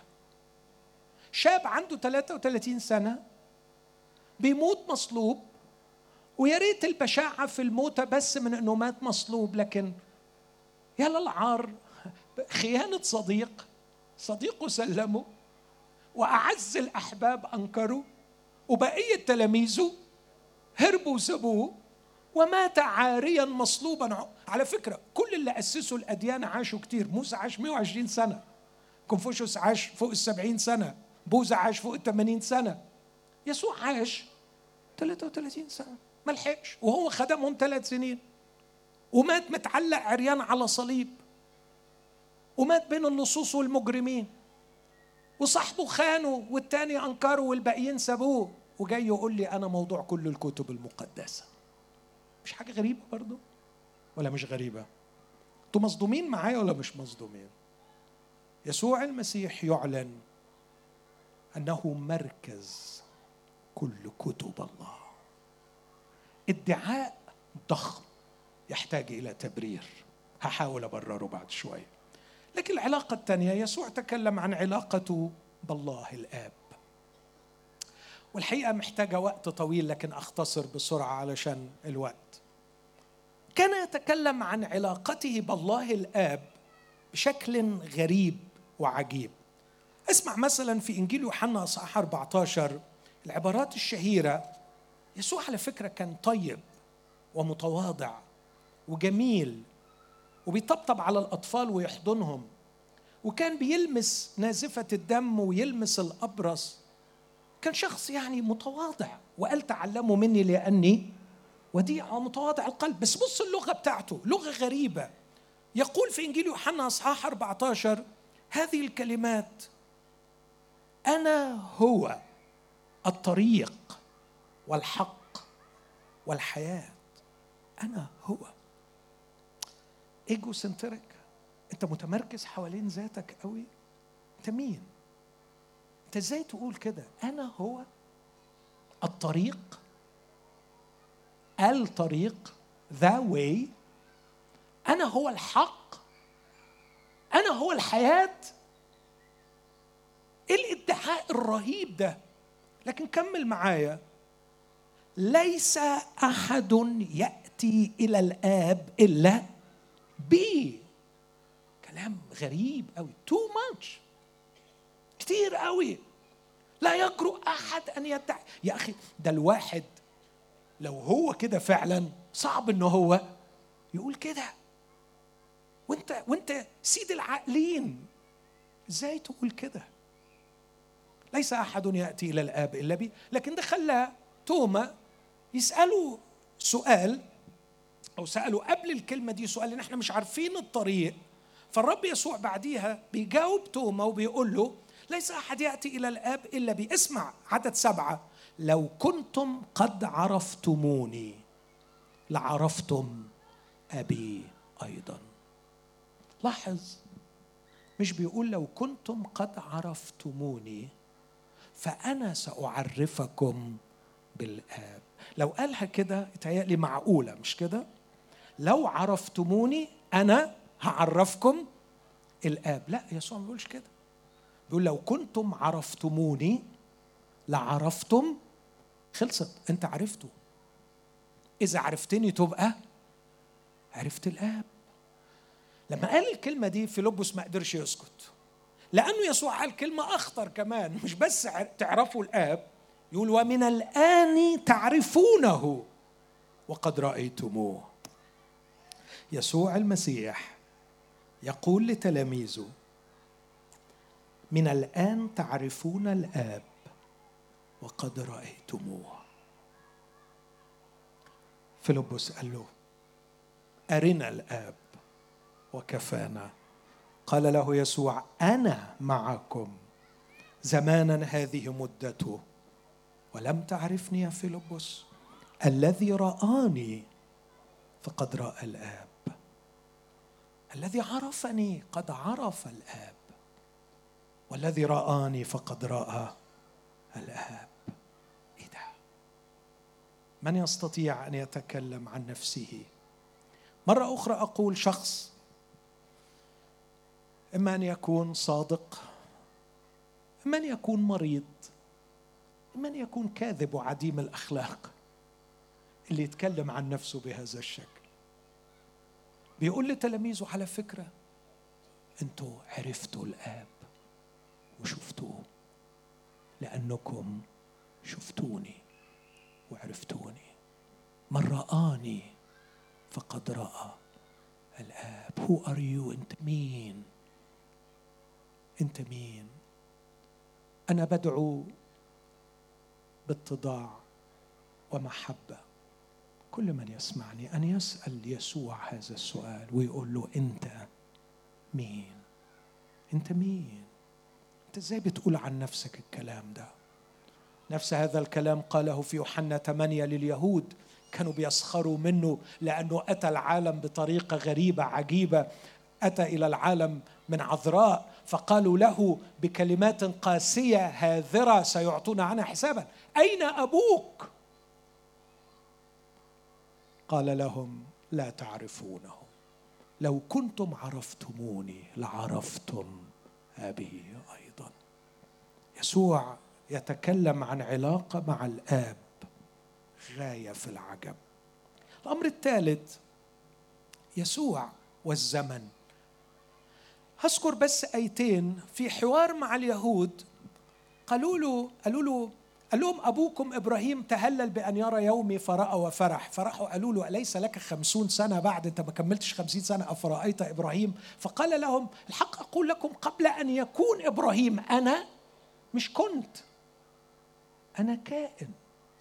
شاب عنده ثلاثة وثلاثين سنة بيموت مصلوب، ويا ريت البشاعة في الموتة بس من أنه مات مصلوب، لكن يا للعار، خيانة صديق، صديقه سلمه، وأعز الأحباب أنكروا، وبقية تلاميذه هربوا وسابوه، ومات عاريا مصلوبا. على فكرة كل اللي أسسوا الأديان عاشوا كتير. موسى عاش مئة وعشرين سنة، كونفوشيوس عاش فوق السبعين سنة، بوذا عاش فوق الثمانين سنة، يسوع عاش ثلاثة وثلاثين سنة، ما لحقش، وهو خدمهم ثلاث سنين، ومات متعلق عريان على صليب، ومات بين اللصوص والمجرمين، وصاحبه خانه والتاني أنكره والباقيين سابوه، وجاي يقول لي أنا موضوع كل الكتب المقدسة. مش حاجة غريبة برضو ولا مش غريبة؟ انتوا مصدومين معايا ولا مش مصدومين؟ يسوع المسيح يعلن أنه مركز كل كتب الله. ادعاء ضخم يحتاج إلى تبرير، هحاول أبرره بعد شوية. لكن العلاقة الثانية، يسوع تكلم عن علاقته بالله الآب، والحقيقة محتاجة وقت طويل لكن أختصر بسرعة علشان الوقت. كان يتكلم عن علاقته بالله الآب بشكل غريب وعجيب. اسمع مثلا في إنجيل يوحنا اصحاح أربعة عشر العبارات الشهيرة. يسوع على فكرة كان طيب ومتواضع وجميل، وبيطبطب على الأطفال ويحضنهم، وكان بيلمس نازفة الدم ويلمس الأبرص. كان شخص يعني متواضع، وقال تعلموا مني لأني وديع ومتواضع القلب. بس بص اللغة بتاعته لغة غريبة. يقول في إنجيل يوحنا اصحاح أربعة عشر هذه الكلمات: أنا هو الطريق والحق والحياة. أنا هو. إيجو سنترك، أنت متمركز حوالين ذاتك قوي. أنت مين؟ أنت إزاي تقول كده؟ أنا هو الطريق، الطريق the way، أنا هو الحق، أنا هو الحياة. إيه الادعاء الرهيب ده؟ لكن كمل معايا: ليس أحد يأتي إلى الآب إلا بي. كلام غريب قوي، too much، كتير قوي. لا يجرؤ أحد أن يدعي. يا أخي ده الواحد لو هو كده فعلا صعب إنه هو يقول كده، وانت وانت سيد العاقلين ازاي تقول كده؟ ليس أحد يأتي إلى الآب إلا بي. لكن ده خلى توما يسألوا سؤال، أو سألوا قبل الكلمة دي سؤال، إن احنا مش عارفين الطريق. فالرب يسوع بعديها بيجاوب توما وبيقول له: ليس أحد يأتي إلى الآب إلا بي. اسمع عدد سبعة: لو كنتم قد عرفتموني لعرفتم أبي أيضا. لاحظ، مش بيقول لو كنتم قد عرفتموني فأنا سأعرفكم بالآب. لو قالها كده يتهيألي معقولة، مش كده؟ لو عرفتموني أنا هعرفكم الآب. لا، يسوع ما بيقولش كده. بيقول لو كنتم عرفتموني لعرفتم. خلصت، أنت عرفته. إذا عرفتني تبقى عرفت الآب. لما قال الكلمة دي فيلبس ما قدرش يسكت، لأنه يسوع قال كلمة أخطر كمان. مش بس تعرفوا الآب، يقول ومن الآن تعرفونه وقد رأيتموه. يسوع المسيح يقول لتلاميذه من الآن تعرفون الآب وقد رأيتموه. فيلبس قال له أرنا الآب وكفانا. قال له يسوع أنا معكم زمانا هذه مدته ولم تعرفني يا فيلبس؟ الذي رآني فقد رأى الآب، الذي عرفني قد عرف الآب، والذي رآني فقد رأى الآب. إيه ده؟ من يستطيع أن يتكلم عن نفسه؟ مرة أخرى أقول شخص إما أن يكون صادق، إما أن يكون مريض، إما أن يكون كاذب وعديم الأخلاق، اللي يتكلم عن نفسه بهذا الشكل. بيقول لتلاميذه على فكرة أنتوا عرفتوا الآب وشفتوه لأنكم شفتوني وعرفتوني. من رآني فقد رأى الآب. Who are you؟ أنت مين؟ أنت مين؟ أنا بدعو باتضاع ومحبة كل من يسمعني أن يسأل يسوع هذا السؤال ويقول له أنت مين؟ أنت مين؟ أنت إزاي بتقول عن نفسك الكلام ده؟ نفس هذا الكلام قاله في يوحنا ثمانية لليهود، كانوا بيسخروا منه لأنه أتى العالم بطريقة غريبة عجيبة. أتى إلى العالم من عذراء، فقالوا له بكلمات قاسية هاذرة سيعطون عنها حسابا: أين أبوك؟ قال لهم لا تعرفونه، لو كنتم عرفتموني لعرفتم أبي أيضا. يسوع يتكلم عن علاقة مع الآب غاية في العجب. الأمر الثالث يسوع والزمن. هذكر بس آيتين في حوار مع اليهود. قالوا له قالوا له قال لهم أبوكم إبراهيم تهلل بأن يرى يومي فرأى وفرح. فرحوا قالوا له أليس لك خمسون سنة بعد؟ أنت ما كملتش خمسين سنة أفرأيت إبراهيم؟ فقال لهم الحق أقول لكم قبل أن يكون إبراهيم أنا، مش كنت، أنا كائن.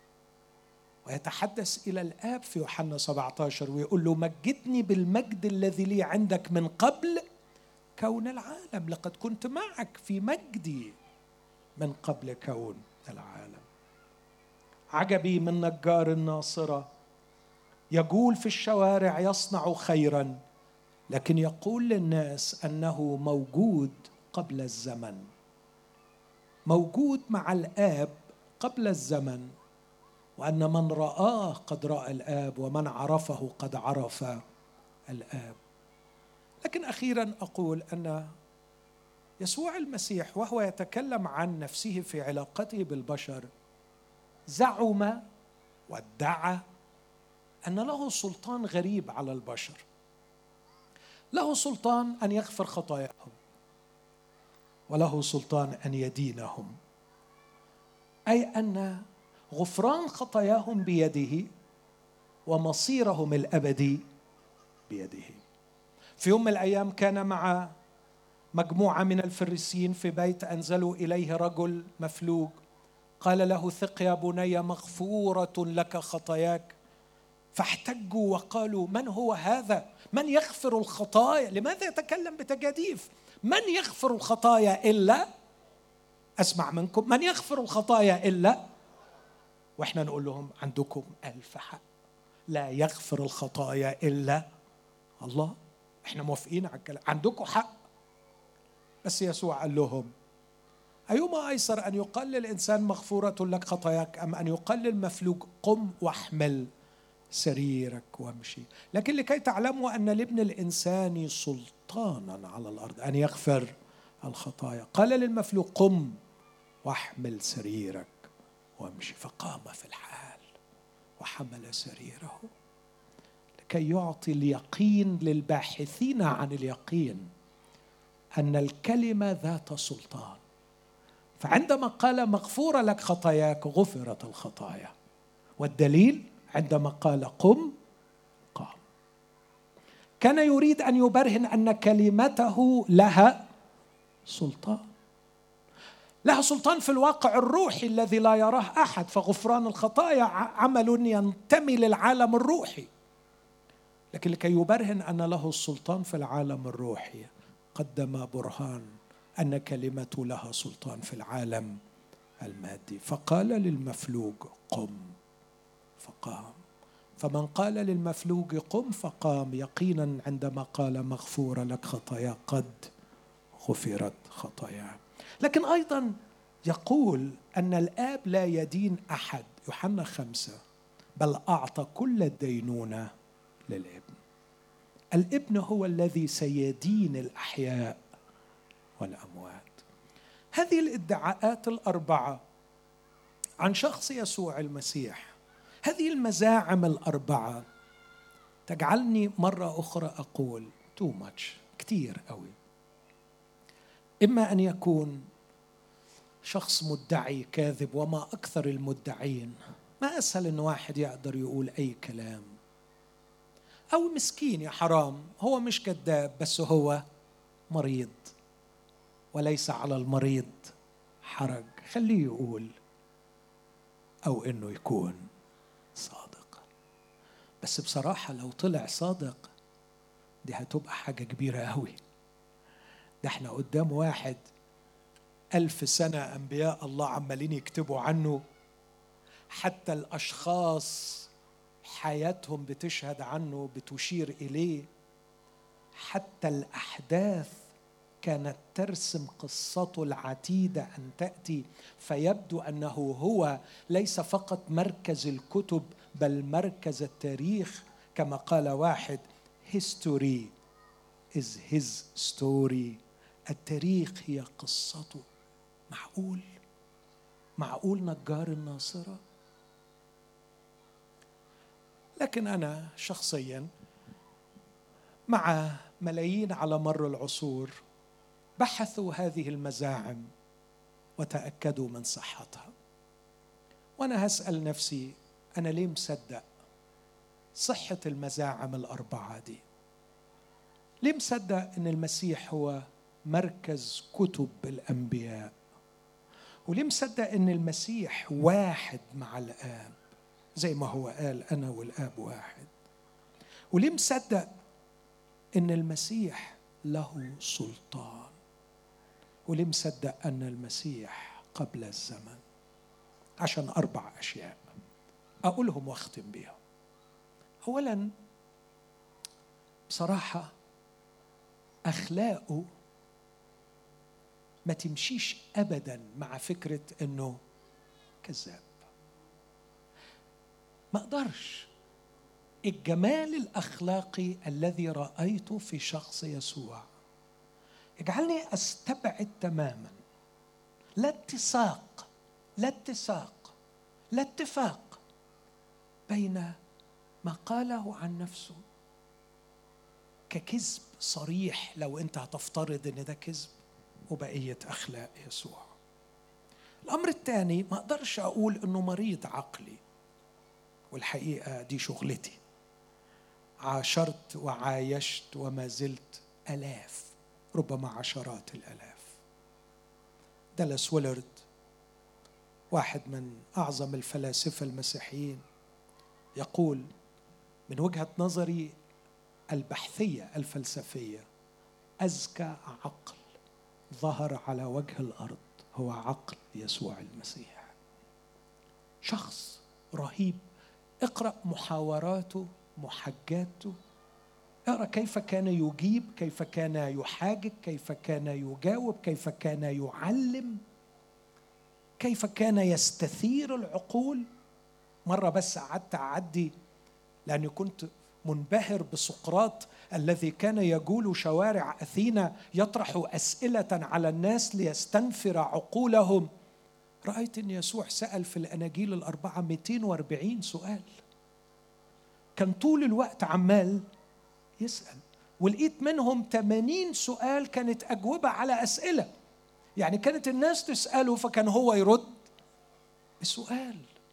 ويتحدث إلى الآب في يوحنا سبعة عشر ويقول له مجدني بالمجد الذي لي عندك من قبل كون العالم، لقد كنت معك في مجدي من قبل كون العالم. عجبي من نجار الناصرة، يقول في الشوارع يصنع خيرا، لكن يقول للناس أنه موجود قبل الزمن، موجود مع الآب قبل الزمن، وأن من رآه قد رأى الآب ومن عرفه قد عرف الآب. لكن أخيرا أقول أن يسوع المسيح وهو يتكلم عن نفسه في علاقته بالبشر زعم وادعى أن له سلطان غريب على البشر، له سلطان أن يغفر خطاياهم وله سلطان أن يدينهم، أي أن غفران خطاياهم بيده ومصيرهم الأبدي بيده. في يوم من الأيام كان مع مجموعة من الفريسيين في بيت، أنزلوا إليه رجل مفلوج، قال له ثق يا بني مغفورة لك خطاياك. فاحتجوا وقالوا من هو هذا؟ من يغفر الخطايا؟ لماذا يتكلم بتجاديف؟ من يغفر الخطايا إلا أسمع منكم من يغفر الخطايا إلا، وإحنا نقول لهم عندكم ألف حق، لا يغفر الخطايا إلا الله. إحنا موافقين على الكلام، عندكم حق. بس يسوع قال لهم أيما أيسر أن يقال للإنسان مغفورة لك خطاياك أم أن يقال للمفلوج قم واحمل سريرك وامشي. لكن لكي تعلموا أن لابن الإنسان سلطانا على الأرض أن يغفر الخطايا، قال للمفلوج قم واحمل سريرك وامشي، فقام في الحال وحمل سريره، لكي يعطي اليقين للباحثين عن اليقين أن الكلمة ذات سلطان. فعندما قال مغفورة لك خطاياك غفرت الخطايا، والدليل عندما قال قم قام. كان يريد أن يبرهن أن كلمته لها سلطان، لها سلطان في الواقع الروحي الذي لا يراه أحد، فغفران الخطايا عمل ينتمي للعالم الروحي. لكن لكي يبرهن أن له السلطان في العالم الروحي قدم برهان أن كلمته لها سلطان في العالم المادي، فقال للمفلوج قم فقام. فمن قال للمفلوج قم فقام يقينا عندما قال مغفورة لك خطايا قد غفرت خطاياه. لكن أيضا يقول أن الآب لا يدين أحد، يوحنا خمسة، بل أعطى كل الدينونة للابن. الابن هو الذي سيدين الأحياء والأموات. هذه الادعاءات الأربعة عن شخص يسوع المسيح، هذه المزاعم الأربعة تجعلني مرة أخرى أقول too much، كتير قوي. إما أن يكون شخص مدعي كاذب، وما أكثر المدعين، ما أسهل أن واحد يقدر يقول أي كلام، أو مسكين يا حرام هو مش كذاب بس هو مريض، وليس على المريض حرج، خليه يقول، أو إنه يكون صادق. بس بصراحة لو طلع صادق دي هتبقى حاجة كبيرة قوي. ده احنا قدام واحد ألف سنة أنبياء الله عمالين يكتبوا عنه، حتى الأشخاص حياتهم بتشهد عنه بتشير إليه، حتى الأحداث كانت ترسم قصته العتيدة أن تأتي، فيبدو أنه هو ليس فقط مركز الكتب بل مركز التاريخ. كما قال واحد history is his story، التاريخ هي قصته. معقول؟ معقول نجار الناصرة؟ لكن أنا شخصياً مع ملايين على مر العصور بحثوا هذه المزاعم وتأكدوا من صحتها، وأنا هسأل نفسي أنا ليه مصدق صحة المزاعم الأربعة دي؟ ليه مصدق أن المسيح هو مركز كتب الأنبياء؟ وليه مصدق أن المسيح واحد مع الآب زي ما هو قال أنا والآب واحد؟ وليه مصدق أن المسيح له سلطان؟ وليه مصدق أن المسيح قبل الزمن؟ عشان أربع أشياء أقولهم واختم بيهم. أولاً، بصراحة أخلاقه ما تمشيش أبداً مع فكرة أنه كذاب. ما أقدرش. الجمال الأخلاقي الذي رأيته في شخص يسوع يجعلني أستبعد تماماً لا اتساق لا اتساق لا اتفاق بين ما قاله عن نفسه ككذب صريح لو أنت هتفترض أن ده كذب، وبقية أخلاق يسوع. الأمر الثاني، ما أقدرش أقول أنه مريض عقلي، والحقيقة دي شغلتي. عاشرت وعايشت وما زلت آلاف، ربما عشرات الآلاف. دالاس ويلرد واحد من أعظم الفلاسفة المسيحيين يقول من وجهة نظري البحثية الفلسفية أذكى عقل ظهر على وجه الأرض هو عقل يسوع المسيح. شخص رهيب. اقرأ محاوراته، محجاته، اقرأ كيف كان يجيب، كيف كان يحاجج، كيف كان يجاوب، كيف كان يعلم، كيف كان يستثير العقول. مرة بس قعدت أعدي لأني كنت منبهر بسقراط الذي كان يجول شوارع أثينا يطرح أسئلة على الناس ليستنفر عقولهم. رأيت أن يسوع سأل في الأناجيل الأربعة مئتين وأربعين سؤال، كان طول الوقت عمال يسأل، ولقيت منهم ثمانين سؤال كانت أجوبة على أسئلة. يعني كانت الناس تسأله فكان هو يرد بسؤال.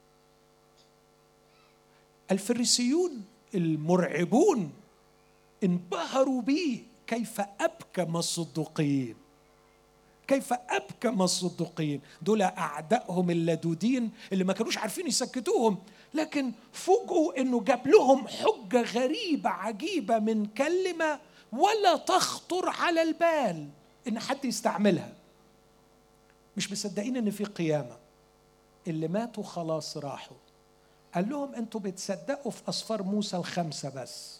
الفريسيون المرعبون انبهروا به، كيف أبكم الصدوقيين، كيف أبكم الصدوقيين. دول أعدائهم اللدودين اللي ما كانوش عارفين يسكتوهم، لكن فوجئوا أنه جاب لهم حجة غريبة عجيبة من كلمة ولا تخطر على البال أن حد يستعملها. مش مصدقين أن في قيامة، اللي ماتوا خلاص راحوا. قال لهم أنتوا بتصدقوا في أسفار موسى الخمسة بس.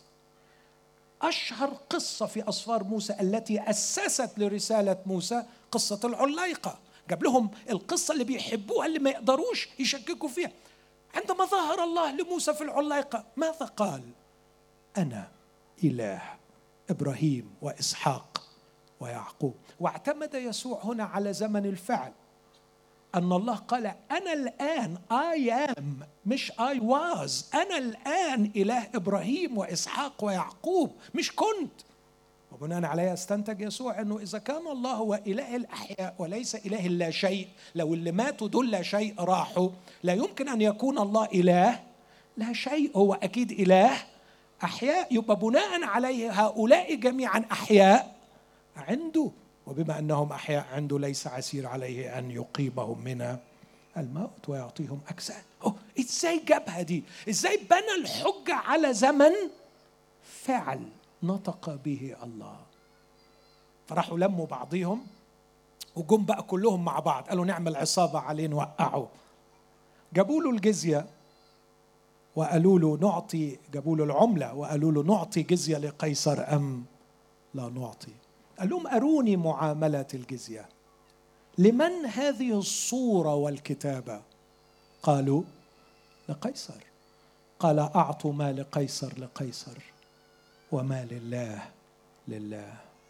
أشهر قصة في أسفار موسى التي أسست لرسالة موسى قصة العليقة. جاب لهم القصة اللي بيحبوها، اللي ما يقدروش يشككوا فيها. عندما ظهر الله لموسى في العليقة ماذا قال؟ أنا إله إبراهيم وإسحاق ويعقوب. واعتمد يسوع هنا على زمن الفعل، أن الله قال أنا الآن I am، مش I was. أنا الآن إله إبراهيم وإسحاق ويعقوب، مش كنت. وبناء عليه استنتج يسوع أنه إذا كان الله هو إله الأحياء وليس إله اللا شيء، لو اللي ماتوا دول لا شيء راحوا، لا يمكن أن يكون الله إله لا شيء، هو أكيد إله أحياء. يبقى بناء عليه هؤلاء جميعا أحياء عنده، وبما أنهم أحياء عنده ليس عسير عليه أن يقيمهم من الموت ويعطيهم أجساد. إزاي جابها دي؟ إزاي بنى الحجة على زمن فعل نطق به الله؟ فراحوا لموا بعضهم وجم بقى كلهم مع بعض، قالوا نعمل عصابة عليه نوقعه. جابوا له الجزية وقالوا له نعطي، جابوا له العملة وقالوا له نعطي جزية لقيصر أم لا نعطي. قال لهم أروني معاملة الجزية. لمن هذه الصورة والكتابة؟ قالوا لقيصر. قال أعطوا ما لقيصر لقيصر وما لله لله.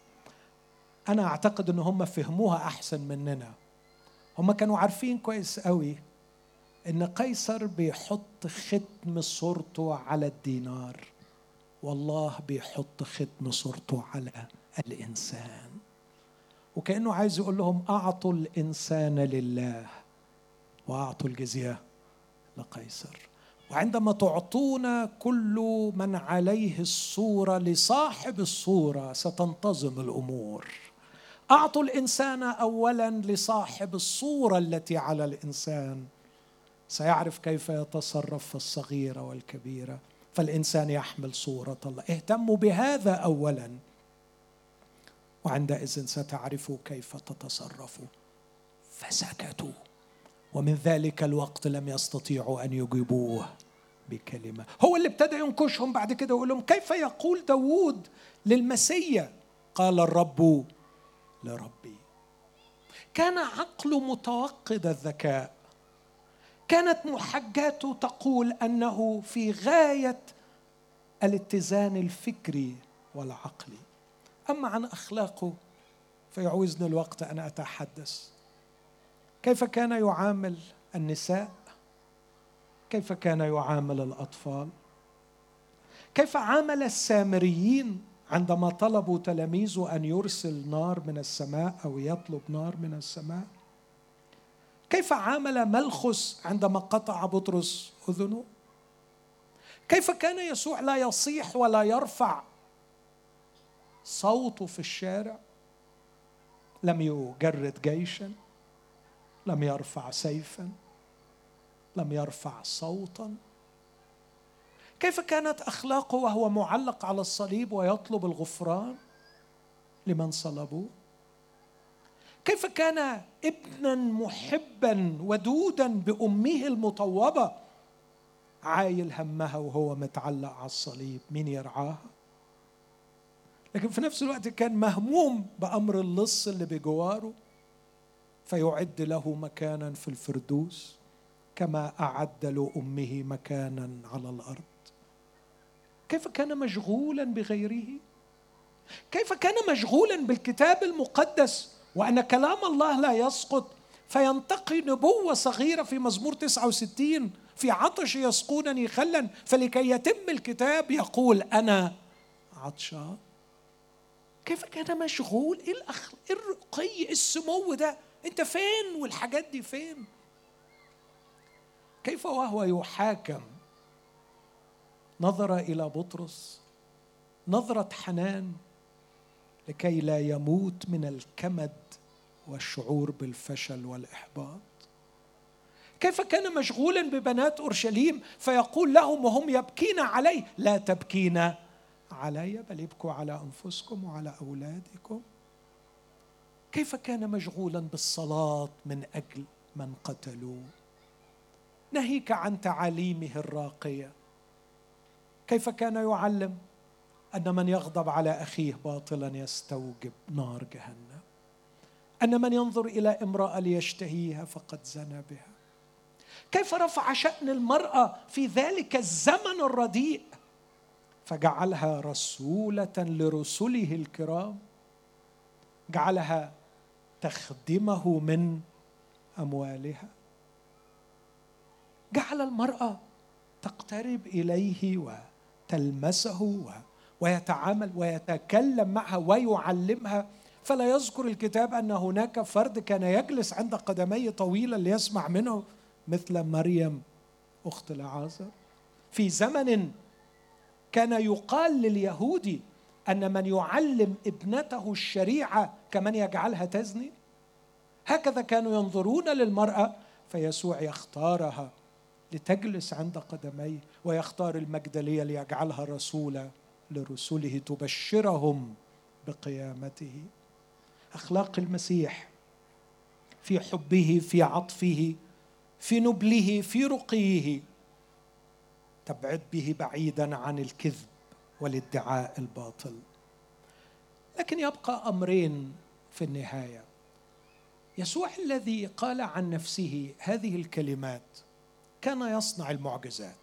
أنا أعتقد أن هم فهموها أحسن مننا. هم كانوا عارفين كويس قوي أن قيصر بيحط ختم صورته على الدينار، والله بيحط ختم صورته على الإنسان. وكأنه عايز يقول لهم أعطوا الإنسان لله وأعطوا الجزية لقيصر. وعندما تعطون كل من عليه الصورة لصاحب الصورة ستنتظم الأمور. أعطوا الإنسان أولا لصاحب الصورة التي على الإنسان، سيعرف كيف يتصرف في الصغيرة والكبيرة. فالإنسان يحمل صورة الله. اهتموا بهذا أولا، وعندئذ ستعرفوا كيف تتصرفوا. فسكتوا، ومن ذلك الوقت لم يستطيعوا أن يجيبوه بكلمة. هو اللي ابتدى ينكشهم بعد كده ويقول لهم كيف يقول داود للمسيا قال الرب لربي. كان عقله متوقد الذكاء، كانت محجاته تقول أنه في غاية الاتزان الفكري والعقلي. أما عن أخلاقه فيعوزني الوقت أن أتحدث. كيف كان يعامل النساء، كيف كان يعامل الأطفال، كيف عامل السامريين عندما طلبوا تلاميذه أن يرسل نار من السماء أو يطلب نار من السماء، كيف عامل ملخس عندما قطع بطرس أذنه، كيف كان يسوع لا يصيح ولا يرفع صوته في الشارع، لم يجرد جيشا، لم يرفع سيفا، لم يرفع صوتا. كيف كانت أخلاقه وهو معلق على الصليب ويطلب الغفران لمن صلبوه. كيف كان ابنا محبا ودودا بأمه المطوبة عايل همها وهو متعلق على الصليب، مين يرعاها؟ لكن في نفس الوقت كان مهموم بأمر اللص اللي بجواره، فيعد له مكانا في الفردوس كما أعد لأمه مكانا على الأرض. كيف كان مشغولا بغيره؟ كيف كان مشغولا بالكتاب المقدس وأن كلام الله لا يسقط، فينتقي نبوة صغيرة في مزمور تسعة وستين: في عطش يسقونني خلا فلكي يتم الكتاب يقول أنا عطشان. كيف كان مشغول؟ إيه الأخ... إيه الرقي، إيه السمو ده؟ أنت فين والحاجات دي فين؟ كيف وهو يحاكم نظر إلى بطرس نظرة حنان لكي لا يموت من الكمد والشعور بالفشل والإحباط. كيف كان مشغولا ببنات أورشليم فيقول لهم وهم يبكين عليه: لا تبكين علي بل ابكوا على أنفسكم وعلى أولادكم. كيف كان مشغولا بالصلاة من أجل من قتلوه، ناهيك عن تعاليمه الراقية. كيف كان يعلم أن من يغضب على أخيه باطلا يستوجب نار جهنم، أن من ينظر إلى امرأة ليشتهيها فقد زنى بها. كيف رفع شأن المرأة في ذلك الزمن الرديء فجعلها رسولة لرسله الكرام، جعلها تخدمه من أموالها، جعل المرأة تقترب إليه وتلمسه ويتعامل ويتكلم معها ويعلمها. فلا يذكر الكتاب أن هناك فرد كان يجلس عند قدميه طويلا ليسمع منه مثل مريم أخت العازر، في زمن كان يقال لليهودي أن من يعلم ابنته الشريعة كمن يجعلها تزني. هكذا كانوا ينظرون للمرأة، فيسوع يختارها لتجلس عند قدميه، ويختار المجدلية ليجعلها رسولة لرسله تبشرهم بقيامته. أخلاق المسيح في حبه، في عطفه، في نبله، في رقيه، تبعد به بعيدا عن الكذب والادعاء الباطل. لكن يبقى أمرين في النهاية. يسوع الذي قال عن نفسه هذه الكلمات كان يصنع المعجزات،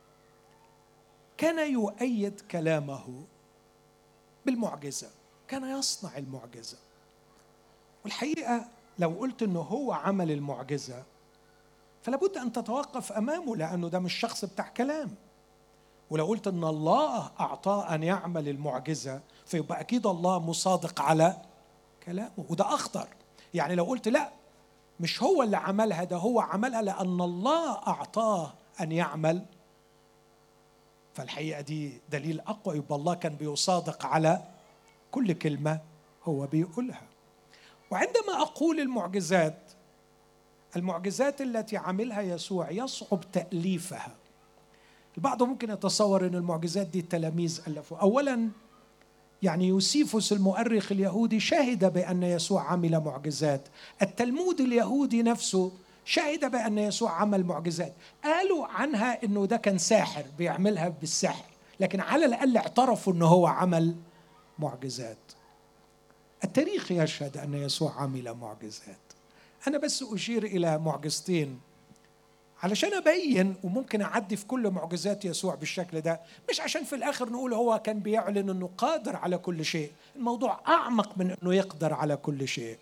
كان يؤيد كلامه بالمعجزة، كان يصنع المعجزة. والحقيقة لو قلت أنه هو عمل المعجزة فلا بد أن تتوقف أمامه، لأنه ده مش شخص بتاع كلام. ولو قلت أن الله أعطاه أن يعمل المعجزة فيبقى أكيد الله مصادق على كلامه، وده أخطر. يعني لو قلت لا مش هو اللي عملها، ده هو عملها لأن الله أعطاه أن يعمل، فالحقيقة دي دليل أقوى، يبقى الله كان بيصادق على كل كلمة هو بيقولها. وعندما أقول المعجزات، المعجزات التي عملها يسوع يصعب تأليفها. البعض ممكن يتصور أن المعجزات دي التلاميذ ألفوا. أولا يعني يوسيفوس المؤرخ اليهودي شهد بأن يسوع عمل معجزات، التلمود اليهودي نفسه شهد بأن يسوع عمل معجزات. قالوا عنها أنه ده كان ساحر بيعملها بالسحر، لكن على الأقل اعترفوا أنه هو عمل معجزات. التاريخ يشهد أن يسوع عمل معجزات. أنا بس أشير إلى معجزتين علشان أبين، وممكن أعدي في كل معجزات يسوع بالشكل ده، مش عشان في الآخر نقول هو كان بيعلن أنه قادر على كل شيء. الموضوع أعمق من أنه يقدر على كل شيء.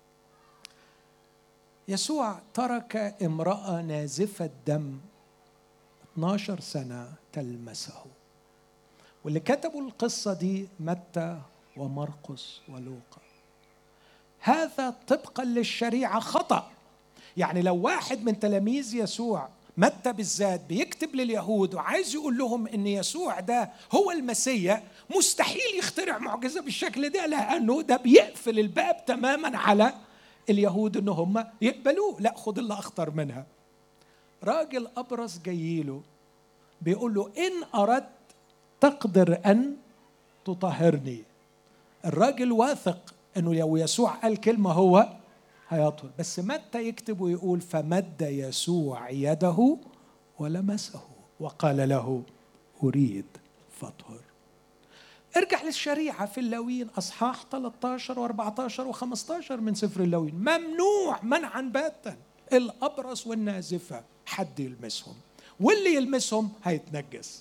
يسوع ترك امرأة نازفة دم اثنتي عشرة سنة تلمسه، واللي كتبوا القصة دي متى ومرقس ولوقا. هذا طبقا للشريعة خطأ. يعني لو واحد من تلاميذ يسوع متى بالذات بيكتب لليهود وعايز يقول لهم ان يسوع ده هو المسيح، مستحيل يخترع معجزة بالشكل ده، لأنه ده بيقفل الباب تماما على اليهود ان هم يقبلوه. لا، خد اللي أخطر منها. راجل أبرص جايله بيقول له إن أردت تقدر أن تطهرني. الراجل واثق انه لو يسوع قال كلمة هو هيطهر. بس متى يكتب ويقول فمد يسوع يده ولمسه وقال له أريد فاطهر. ارجع للشريعة في اللاويين أصحاح ثلاثة عشر وأربعة عشر وخمسة عشر من سفر اللاويين، ممنوع منعا باتا الأبرص والنازفة حد يلمسهم، واللي يلمسهم هيتنجس.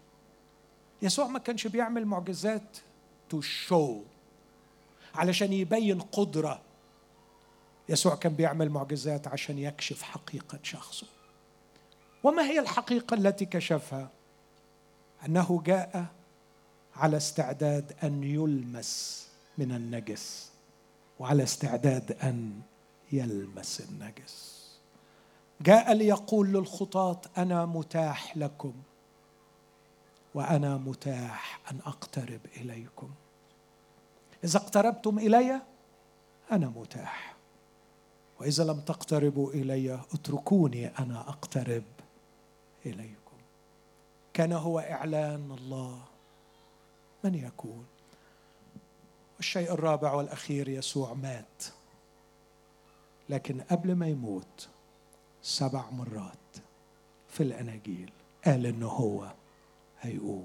يسوع ما كانش بيعمل معجزات تو شو علشان يبين قدرة، يسوع كان بيعمل معجزات عشان يكشف حقيقة شخصه. وما هي الحقيقة التي كشفها؟ أنه جاء على استعداد أن يلمس من النجس وعلى استعداد أن يلمس النجس. جاء ليقول للخطاة أنا متاح لكم وأنا متاح أن أقترب إليكم. إذا اقتربتم إلي أنا متاح، وإذا لم تقتربوا إلي اتركوني أنا أقترب إليكم. كان هو إعلان الله من يكون. والشيء الرابع والأخير، يسوع مات، لكن قبل ما يموت سبع مرات في الأناجيل قال إنه هو هيقوم،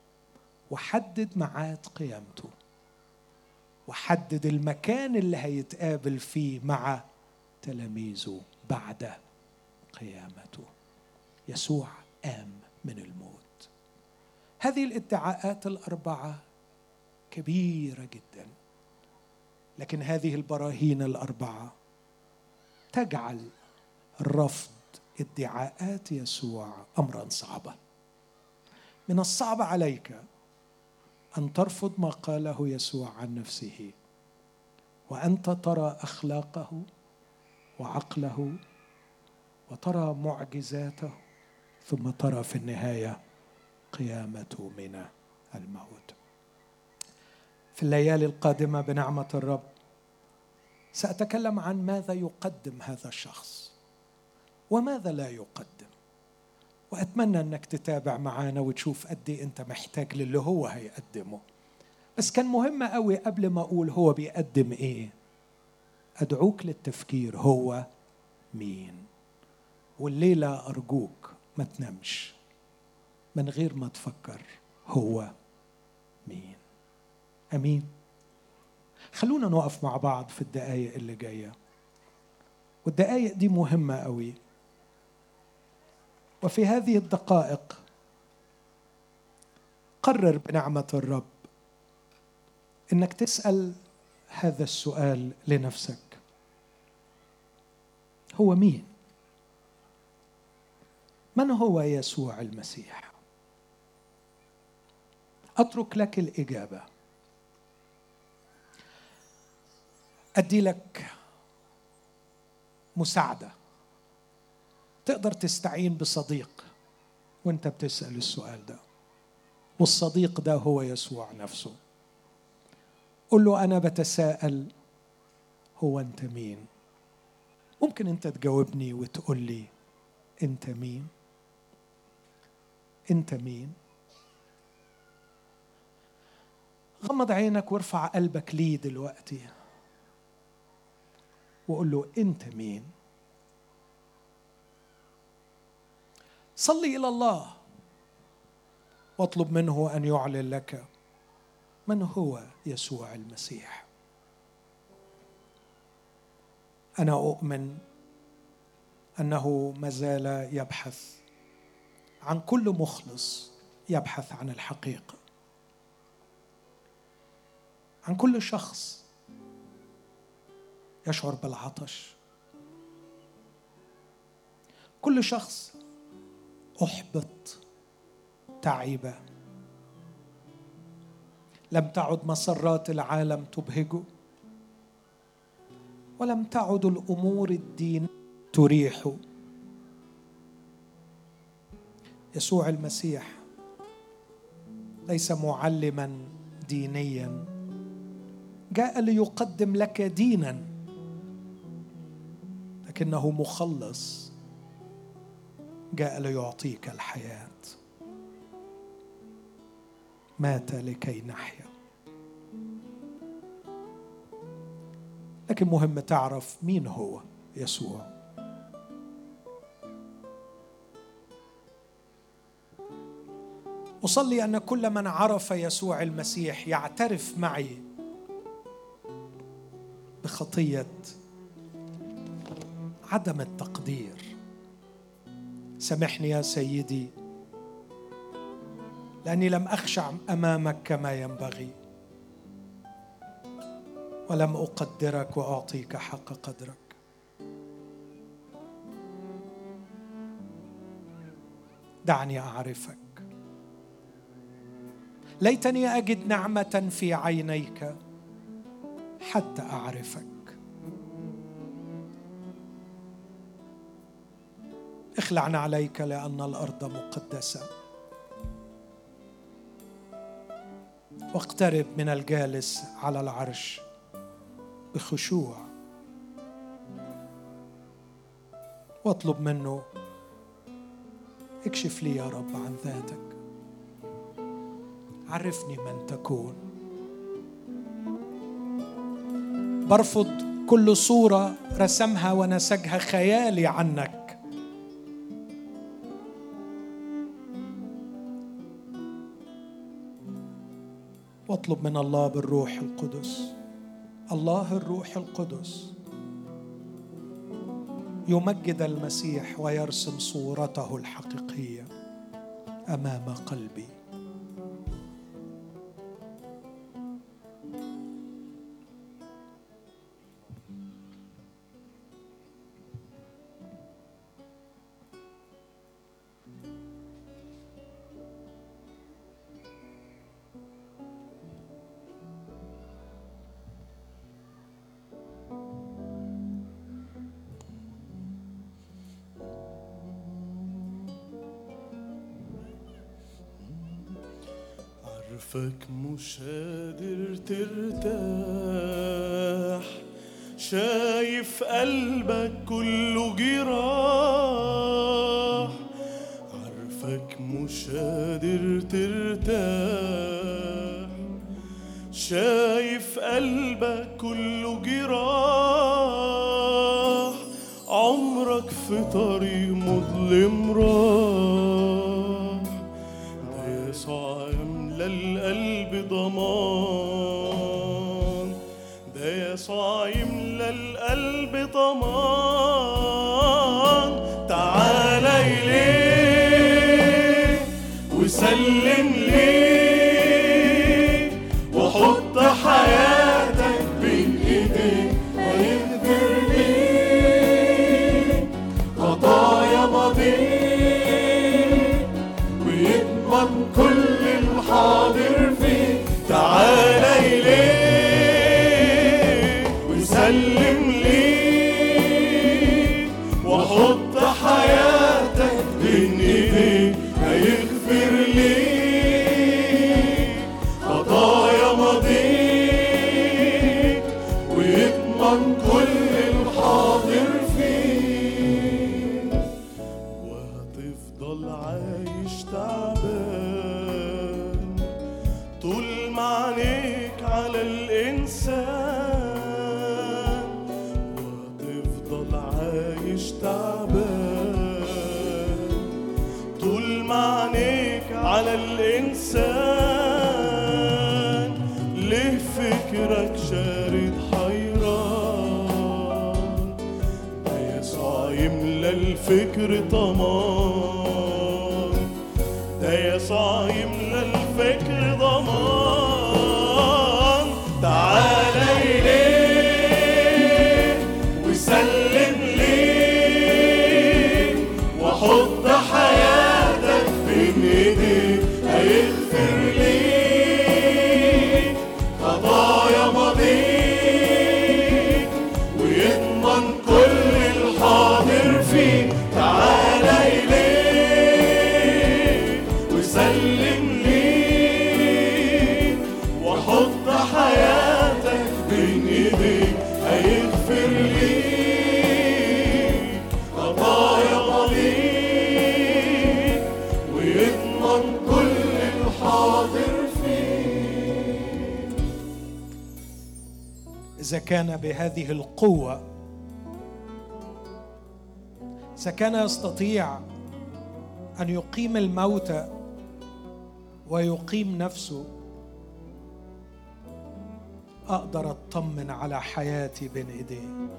وحدد ميعاد قيامته، وحدد المكان اللي هيتقابل فيه مع تلاميذه بعد قيامته. يسوع قام من الموت. هذه الادعاءات الأربعة كبيرة جدا، لكن هذه البراهين الأربعة تجعل رفض ادعاءات يسوع أمرا صعبا. من الصعب عليك أن ترفض ما قاله يسوع عن نفسه وأنت ترى أخلاقه وعقله وترى معجزاته، ثم ترى في النهاية قيامته من الموت. في الليالي القادمة بنعمة الرب سأتكلم عن ماذا يقدم هذا الشخص وماذا لا يقدم، وأتمنى أنك تتابع معانا وتشوف قد إيه أنت محتاج للي هو هيقدمه. بس كان مهم قوي قبل ما أقول هو بيقدم إيه أدعوك للتفكير هو مين. والليلة أرجوك ما تنامش من غير ما تفكر هو مين. أمين. خلونا نقف مع بعض في الدقايق اللي جاية، والدقايق دي مهمة قوي. وفي هذه الدقائق قرر بنعمة الرب إنك تسأل هذا السؤال لنفسك: هو مين؟ من هو يسوع المسيح؟ أترك لك الإجابة. أدي لك مساعدة، تقدر تستعين بصديق وانت بتسأل السؤال ده، والصديق ده هو يسوع نفسه. قل له أنا بتساءل هو أنت مين؟ ممكن أنت تجاوبني وتقول لي أنت مين؟ أنت مين؟ غمض عينك وارفع قلبك ليه دلوقتي وقل له أنت مين؟ صلي إلى الله واطلب منه أن يعلن لك من هو يسوع المسيح. أنا أؤمن أنه مازال يبحث عن كل مخلص يبحث عن الحقيقة، عن كل شخص يشعر بالعطش، كل شخص أحبط تعب، لم تعد مسرات العالم تبهجه، ولم تعد الأمور الدين تريحه. يسوع المسيح ليس معلما دينيا جاء ليقدم لك دينا، لكنه مخلص جاء ليعطيك الحياة. مات لكي نحيا. لكن مهم تعرف مين هو يسوع. أصلي أن كل من عرف يسوع المسيح يعترف معي بخطية عدم التقدير. سامحني يا سيدي لأني لم أخشع أمامك كما ينبغي، ولم أقدرك وأعطيك حق قدرك. دعني أعرفك. ليتني أجد نعمة في عينيك حتى أعرفك. اخلعنا عليك لأن الأرض مقدسة، واقترب من الجالس على العرش بخشوع، واطلب منه اكشف لي يا رب عن ذاتك، عرفني من تكون. برفض كل صورة رسمها ونسجها خيالي عنك. واطلب من الله بالروح القدس، الله الروح القدس يمجد المسيح ويرسم صورته الحقيقية أمام قلبي. عارفك مش قادر ترتاح، شايف قلبك كله جراح. عارفك مش قادر ترتاح، شايف قلبك كله جراح. عمرك في طريق مظلم راح، ده يسوع القلب ضمان، ده يسوع يملى القلب ضمان. تعال إليه وسلم ليه، وحط حياتك بين ايديه، هيغفر ليك خطايا ماضيك ويضمن كل حاضر فيك. تعال إليه وسلم ليه، وحط حياتك بين ايديه، هيغفر ليك خطايا ماضيك ويضمن كل الحاضر فيك. وهتفضل عايش تعبان طول ما عينيك على الإنسان، وهتفضل عايش تعبان طول ما عينيك على الإنسان. ليه فكرك شارد حيران، ده يسوع يملى الفكر طمان، ده يسوع يملى الفكر ضمان. تعال إليه وسلم ليه، وحط حياتك بين ايديه، هيغفر ليك خطايا ماضيك ويضمن كل الحاضر فيك. تعال إليه وسلم ليه، وحط حياتك بين ايديك، هيغفر ليك خطايا ماضيك ويضمن كل الحاضر فيك. إذا كان بهذه القوة، إذا كان يستطيع أن يقيم الموتى ويقيم نفسه، أقدر أطمن على حياتي بين إيديه.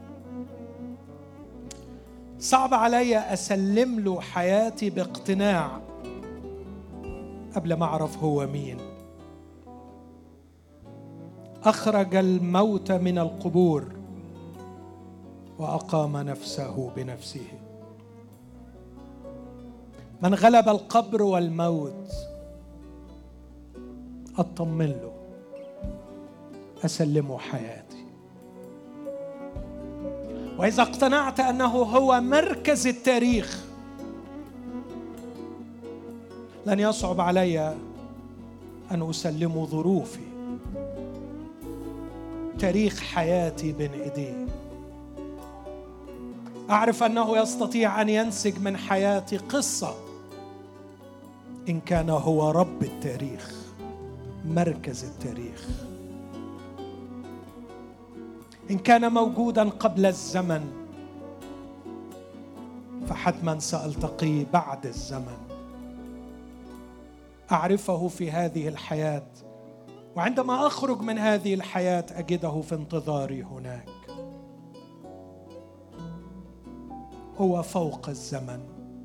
صعب علي أسلم له حياتي باقتناع قبل ما أعرف هو مين. أخرج الموت من القبور وأقام نفسه بنفسه. من غلب القبر والموت أطمن له، أسلمه حياتي. وإذا اقتنعت أنه هو مركز التاريخ، لن يصعب علي أن أسلم ظروفي، تاريخ حياتي بين إيديه. أعرف أنه يستطيع أن ينسج من حياتي قصة، إن كان هو رب التاريخ، مركز التاريخ. إن كان موجوداً قبل الزمن، فحتماً سألتقيه بعد الزمن. أعرفه في هذه الحياة، وعندما أخرج من هذه الحياة أجده في انتظاري هناك. هو فوق الزمن،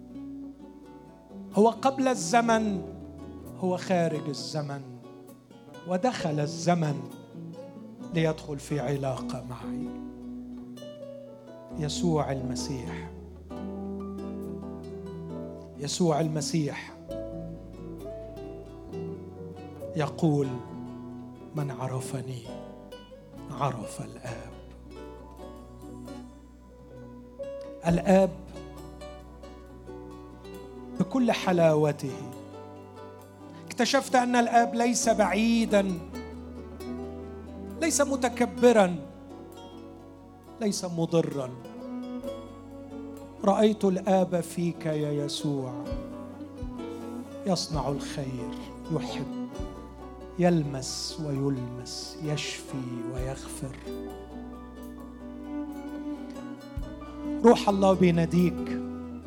هو قبل الزمن، هو خارج الزمن، ودخل الزمن ليدخل في علاقة معي. يسوع المسيح، يسوع المسيح يقول: من عرفني عرف الآب. الآب بكل حلاوته. اكتشفت أن الآب ليس بعيداً، ليس متكبراً، ليس مضراً. رأيت الآب فيك يا يسوع، يصنع الخير، يحب، يلمس ويلمس، يشفي ويغفر. روح الله بيناديك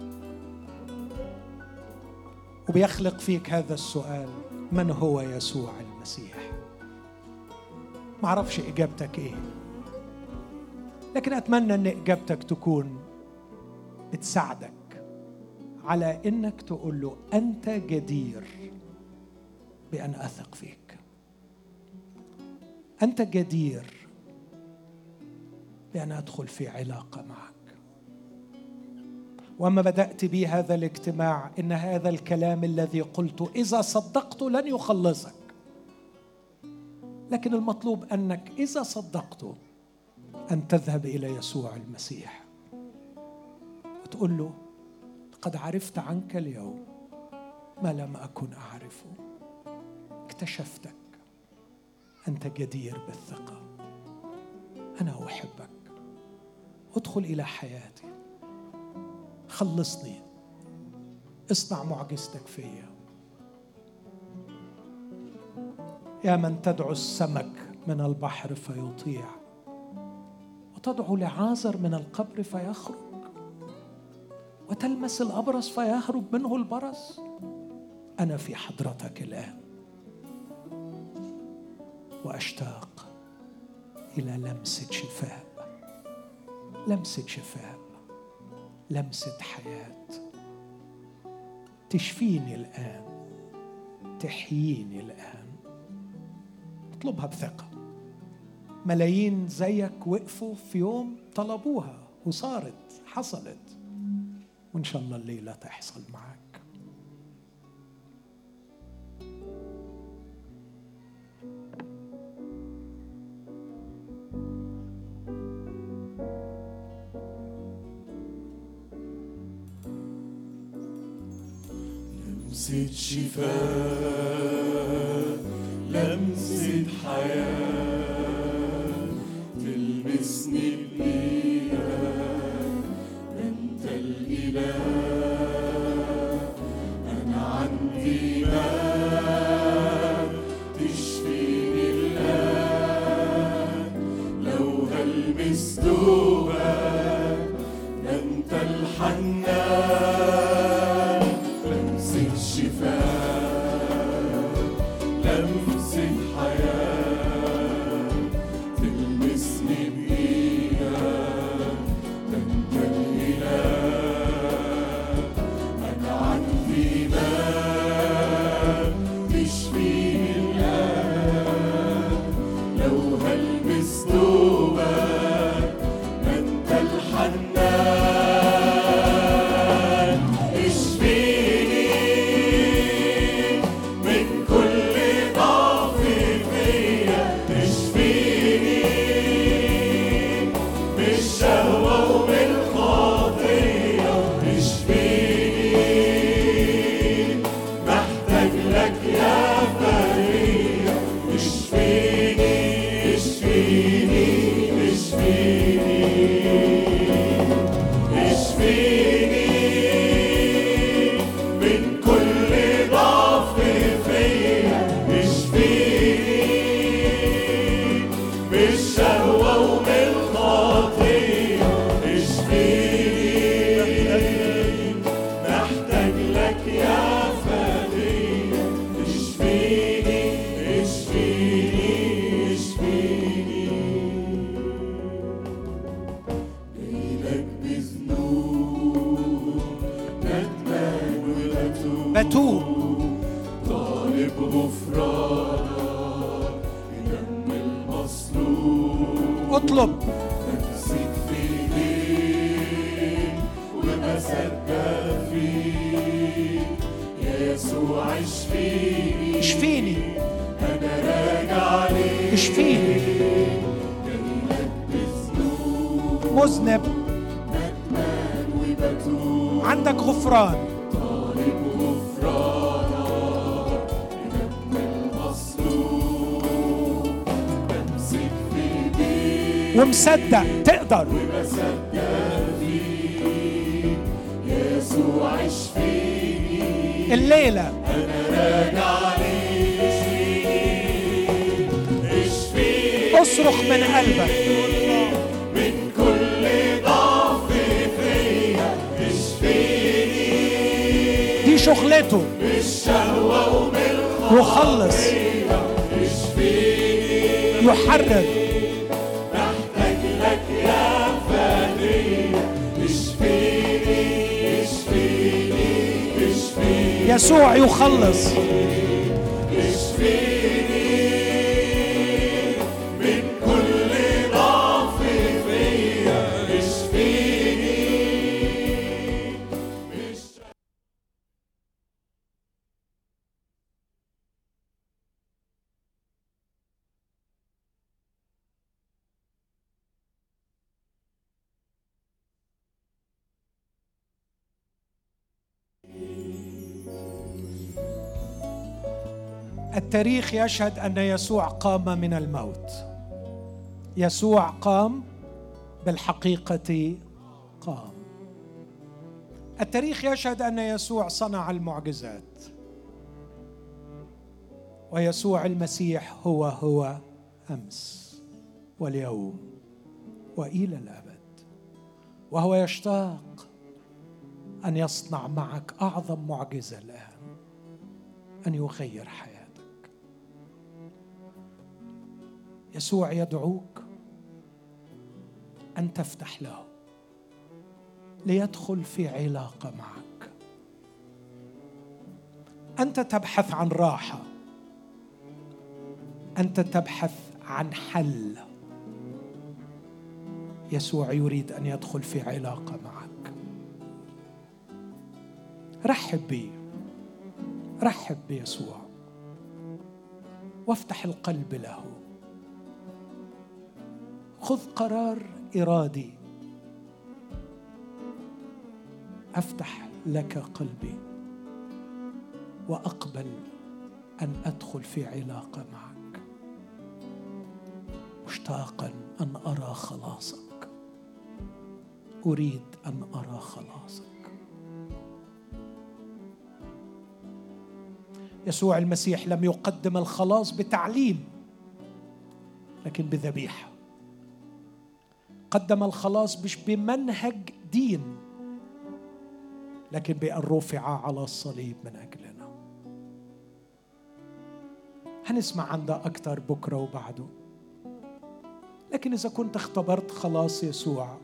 وبيخلق فيك هذا السؤال: من هو يسوع المسيح؟ ما أعرفش إجابتك إيه، لكن أتمنى أن إجابتك تكون بتساعدك على إنك تقول له: أنت جدير بأن أثق فيك، أنت جدير بأن أدخل في علاقة معك. وما بدأت به هذا الاجتماع، إن هذا الكلام الذي قلته إذا صدقته لن يخلصك، لكن المطلوب أنك إذا صدقته أن تذهب إلى يسوع المسيح وتقول له: قد عرفت عنك اليوم ما لم أكن أعرفه، اكتشفتك، أنت جدير بالثقة، أنا أحبك، ادخل إلى حياتي، خلصني، اصنع معجزتك فيا. يا من تدعو السمك من البحر فيطيع، وتدعو لعازر من القبر فيخرج، وتلمس الأبرص فيهرب منه البرص. أنا في حضرتك الآن، وأشتاق إلى لمسة شفاء، لمسة شفاء، لمسة حياة، تشفيني الآن، تحييني الآن. اطلبها بثقة. ملايين زيك وقفوا في يوم طلبوها وصارت، حصلت، وإن شاء الله الليلة تحصل معك. لمسة شفاء، لمسة حياة، تلمسني بإيدك، أنت الإله، أنا عندي ماء تشفيني الآن، بتوب، طالب غفرانك بدم المصلوب، اطلب امسك في ايديك وبصدق فيك يا يسوع، اشفيني اشفيني انا راجع ليك، اشفيني جايلك بذنوب مذنب ندمان وبتوب، عندك غفران، طالب غفرانك بدم المصلوب، بمسك في ايديك ومصدق تقدر وبصدق فيك يا يسوع، اشفيني الليلة انا راجع ليك، اشفيني اصرخ من قلبك، من كل ضعف فيا، اشفيني دي شغلته بالشهوة ومن يخلص اشفيني، يحرر، محتاج لك يا فدية، اشفيني اشفيني اشفيني يسوع يخلص، اشفيني من كل ضعف فيا، اشفيني. التاريخ يشهد أن يسوع قام من الموت. يسوع قام، بالحقيقة قام. التاريخ يشهد أن يسوع صنع المعجزات، ويسوع المسيح هو هو أمس واليوم وإلى الأبد، وهو يشتاق أن يصنع معك أعظم معجزة الآن، أن يغير حياتك. يسوع يدعوك أن تفتح له ليدخل في علاقة معك. أنت تبحث عن راحة، أنت تبحث عن حل. يسوع يريد أن يدخل في علاقة معك. رحب بي، رحب بيسوع وافتح القلب له. خذ قرار إرادي، أفتح لك قلبي وأقبل أن أدخل في علاقة معك، مشتاقا أن أرى خلاصك، أريد أن أرى خلاصك. يسوع المسيح لم يقدم الخلاص بتعليم لكن بذبيحة. قدم الخلاص مش بمنهج دين لكن بأن رفع على الصليب من أجلنا. هنسمع عن ده أكتر بكرة وبعده، لكن إذا كنت اختبرت خلاص يسوع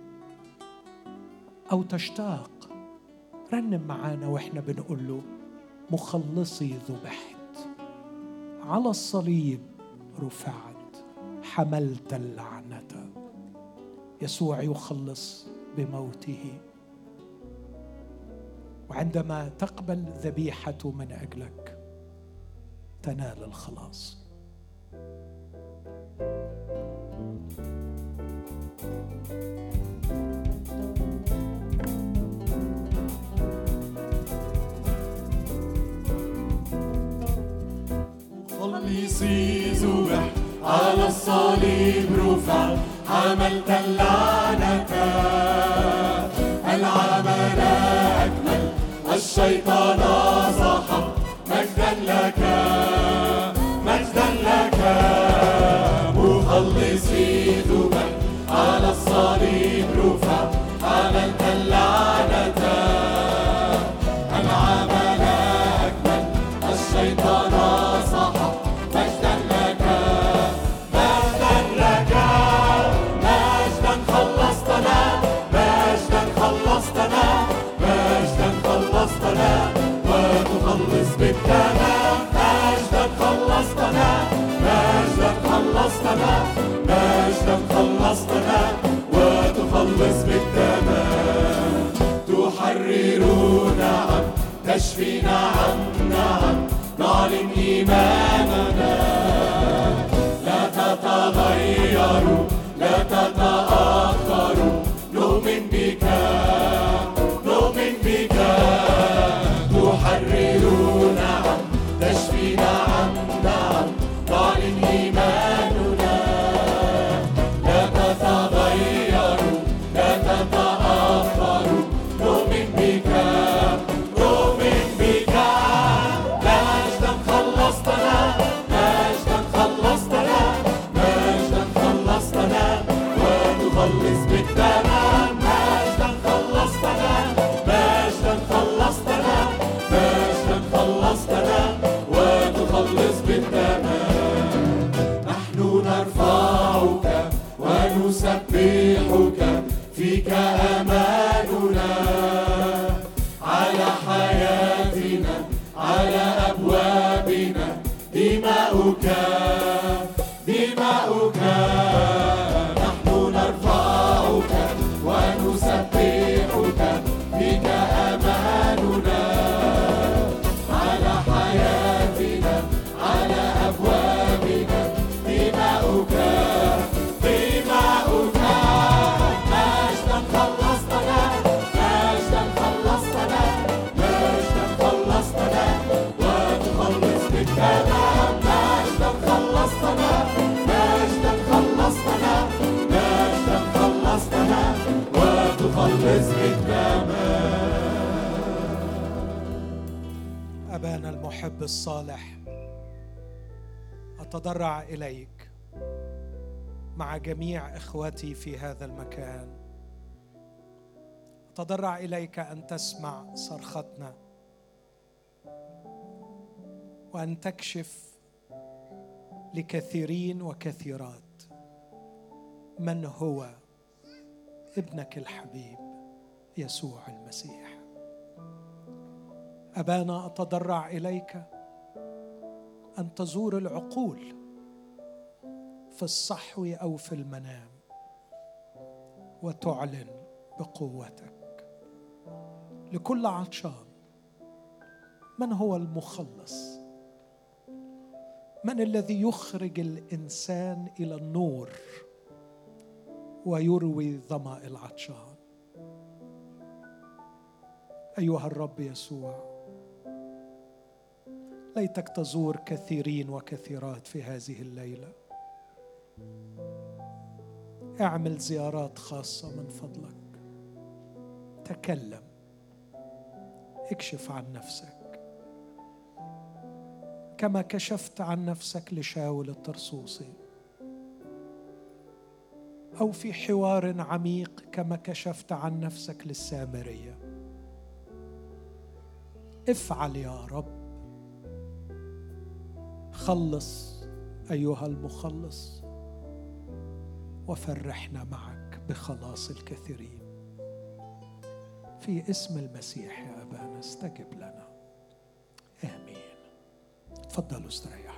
أو تشتاق، رنم معانا وإحنا بنقول له: مخلصي ذبحت، على الصليب رفعت، حملت اللعنة. يسوع يخلص بموته، وعندما تقبل ذبيحته من أجلك تنال الخلاص. مخلصي ذبح، على الصليب رفع، حملت اللعنة، العمل أكمل، الشيطان سحق، مجدا لك مجدا لك. مخلصي ذبح، على الصليب رفع، حملت اللعنة، العمل أكمل، الشيطان سحق، مجدا لك مجدا لك. مجدا خلصتنا، مجدا خلصتنا، مجدا خلصتنا، خلصتنا، مجدا خلصتنا وتخلص بالتمام. تحرر نعم، تشفي نعم نعم، نعلن إيماننا. لا تتغيروا لا تتأخروا، نؤمن بك نؤمن بك. تحرر نعم، تشفي نعم نعم، نعلن إيماننا. لا تتغيروا لا تتأخروا، نؤمن بك نؤمن بك. مجدا خلصتنا مجدا خلصتنا مجدا خلصتنا وتخلص بالتمام. مجدا خلصتنا مجدا خلصتنا مجدا خلصتنا وتخلص بالتمام. نحن نرفعك ونسبحك، فيك أماننا على حياتنا على أبوابنا. دماؤك دماؤك، نحن نرفعك ونسبحك، فيك أماننا على حياتنا على أبوابنا. دماؤك دماؤك، مجدا خلصتنا مجدا خلصتنا مجدا خلصتنا وتخلص بالتمام. مجدا خلصتنا مجدا خلصتنا مجدا خلصتنا وتخلص بالتمام. أبانا المحب الصالح، أتضرع إليك مع جميع إخوتي في هذا المكان. أتضرع إليك أن تسمع صرختنا، وأن تكشف لكثيرين وكثيرات من هو ابنك الحبيب يسوع المسيح. أبانا، أتضرع إليك أن تزور العقول في الصحو أو في المنام، وتعلن بقوتك لكل عطشان من هو المخلص، من الذي يخرج الإنسان إلى النور ويروي ظمأ العطشان. أيها الرب يسوع، ليتك تزور كثيرين وكثيرات في هذه الليلة. اعمل زيارات خاصة من فضلك، تكلم، اكشف عن نفسك كما كشفت عن نفسك لشاول الطرسوسي، أو في حوار عميق كما كشفت عن نفسك للسامرية. افعل يا رب، خلص أيها المخلص، وفرحنا معك بخلاص الكثيرين. في اسم المسيح يا أبانا استجب لنا، آمين. تفضلوا استريحوا.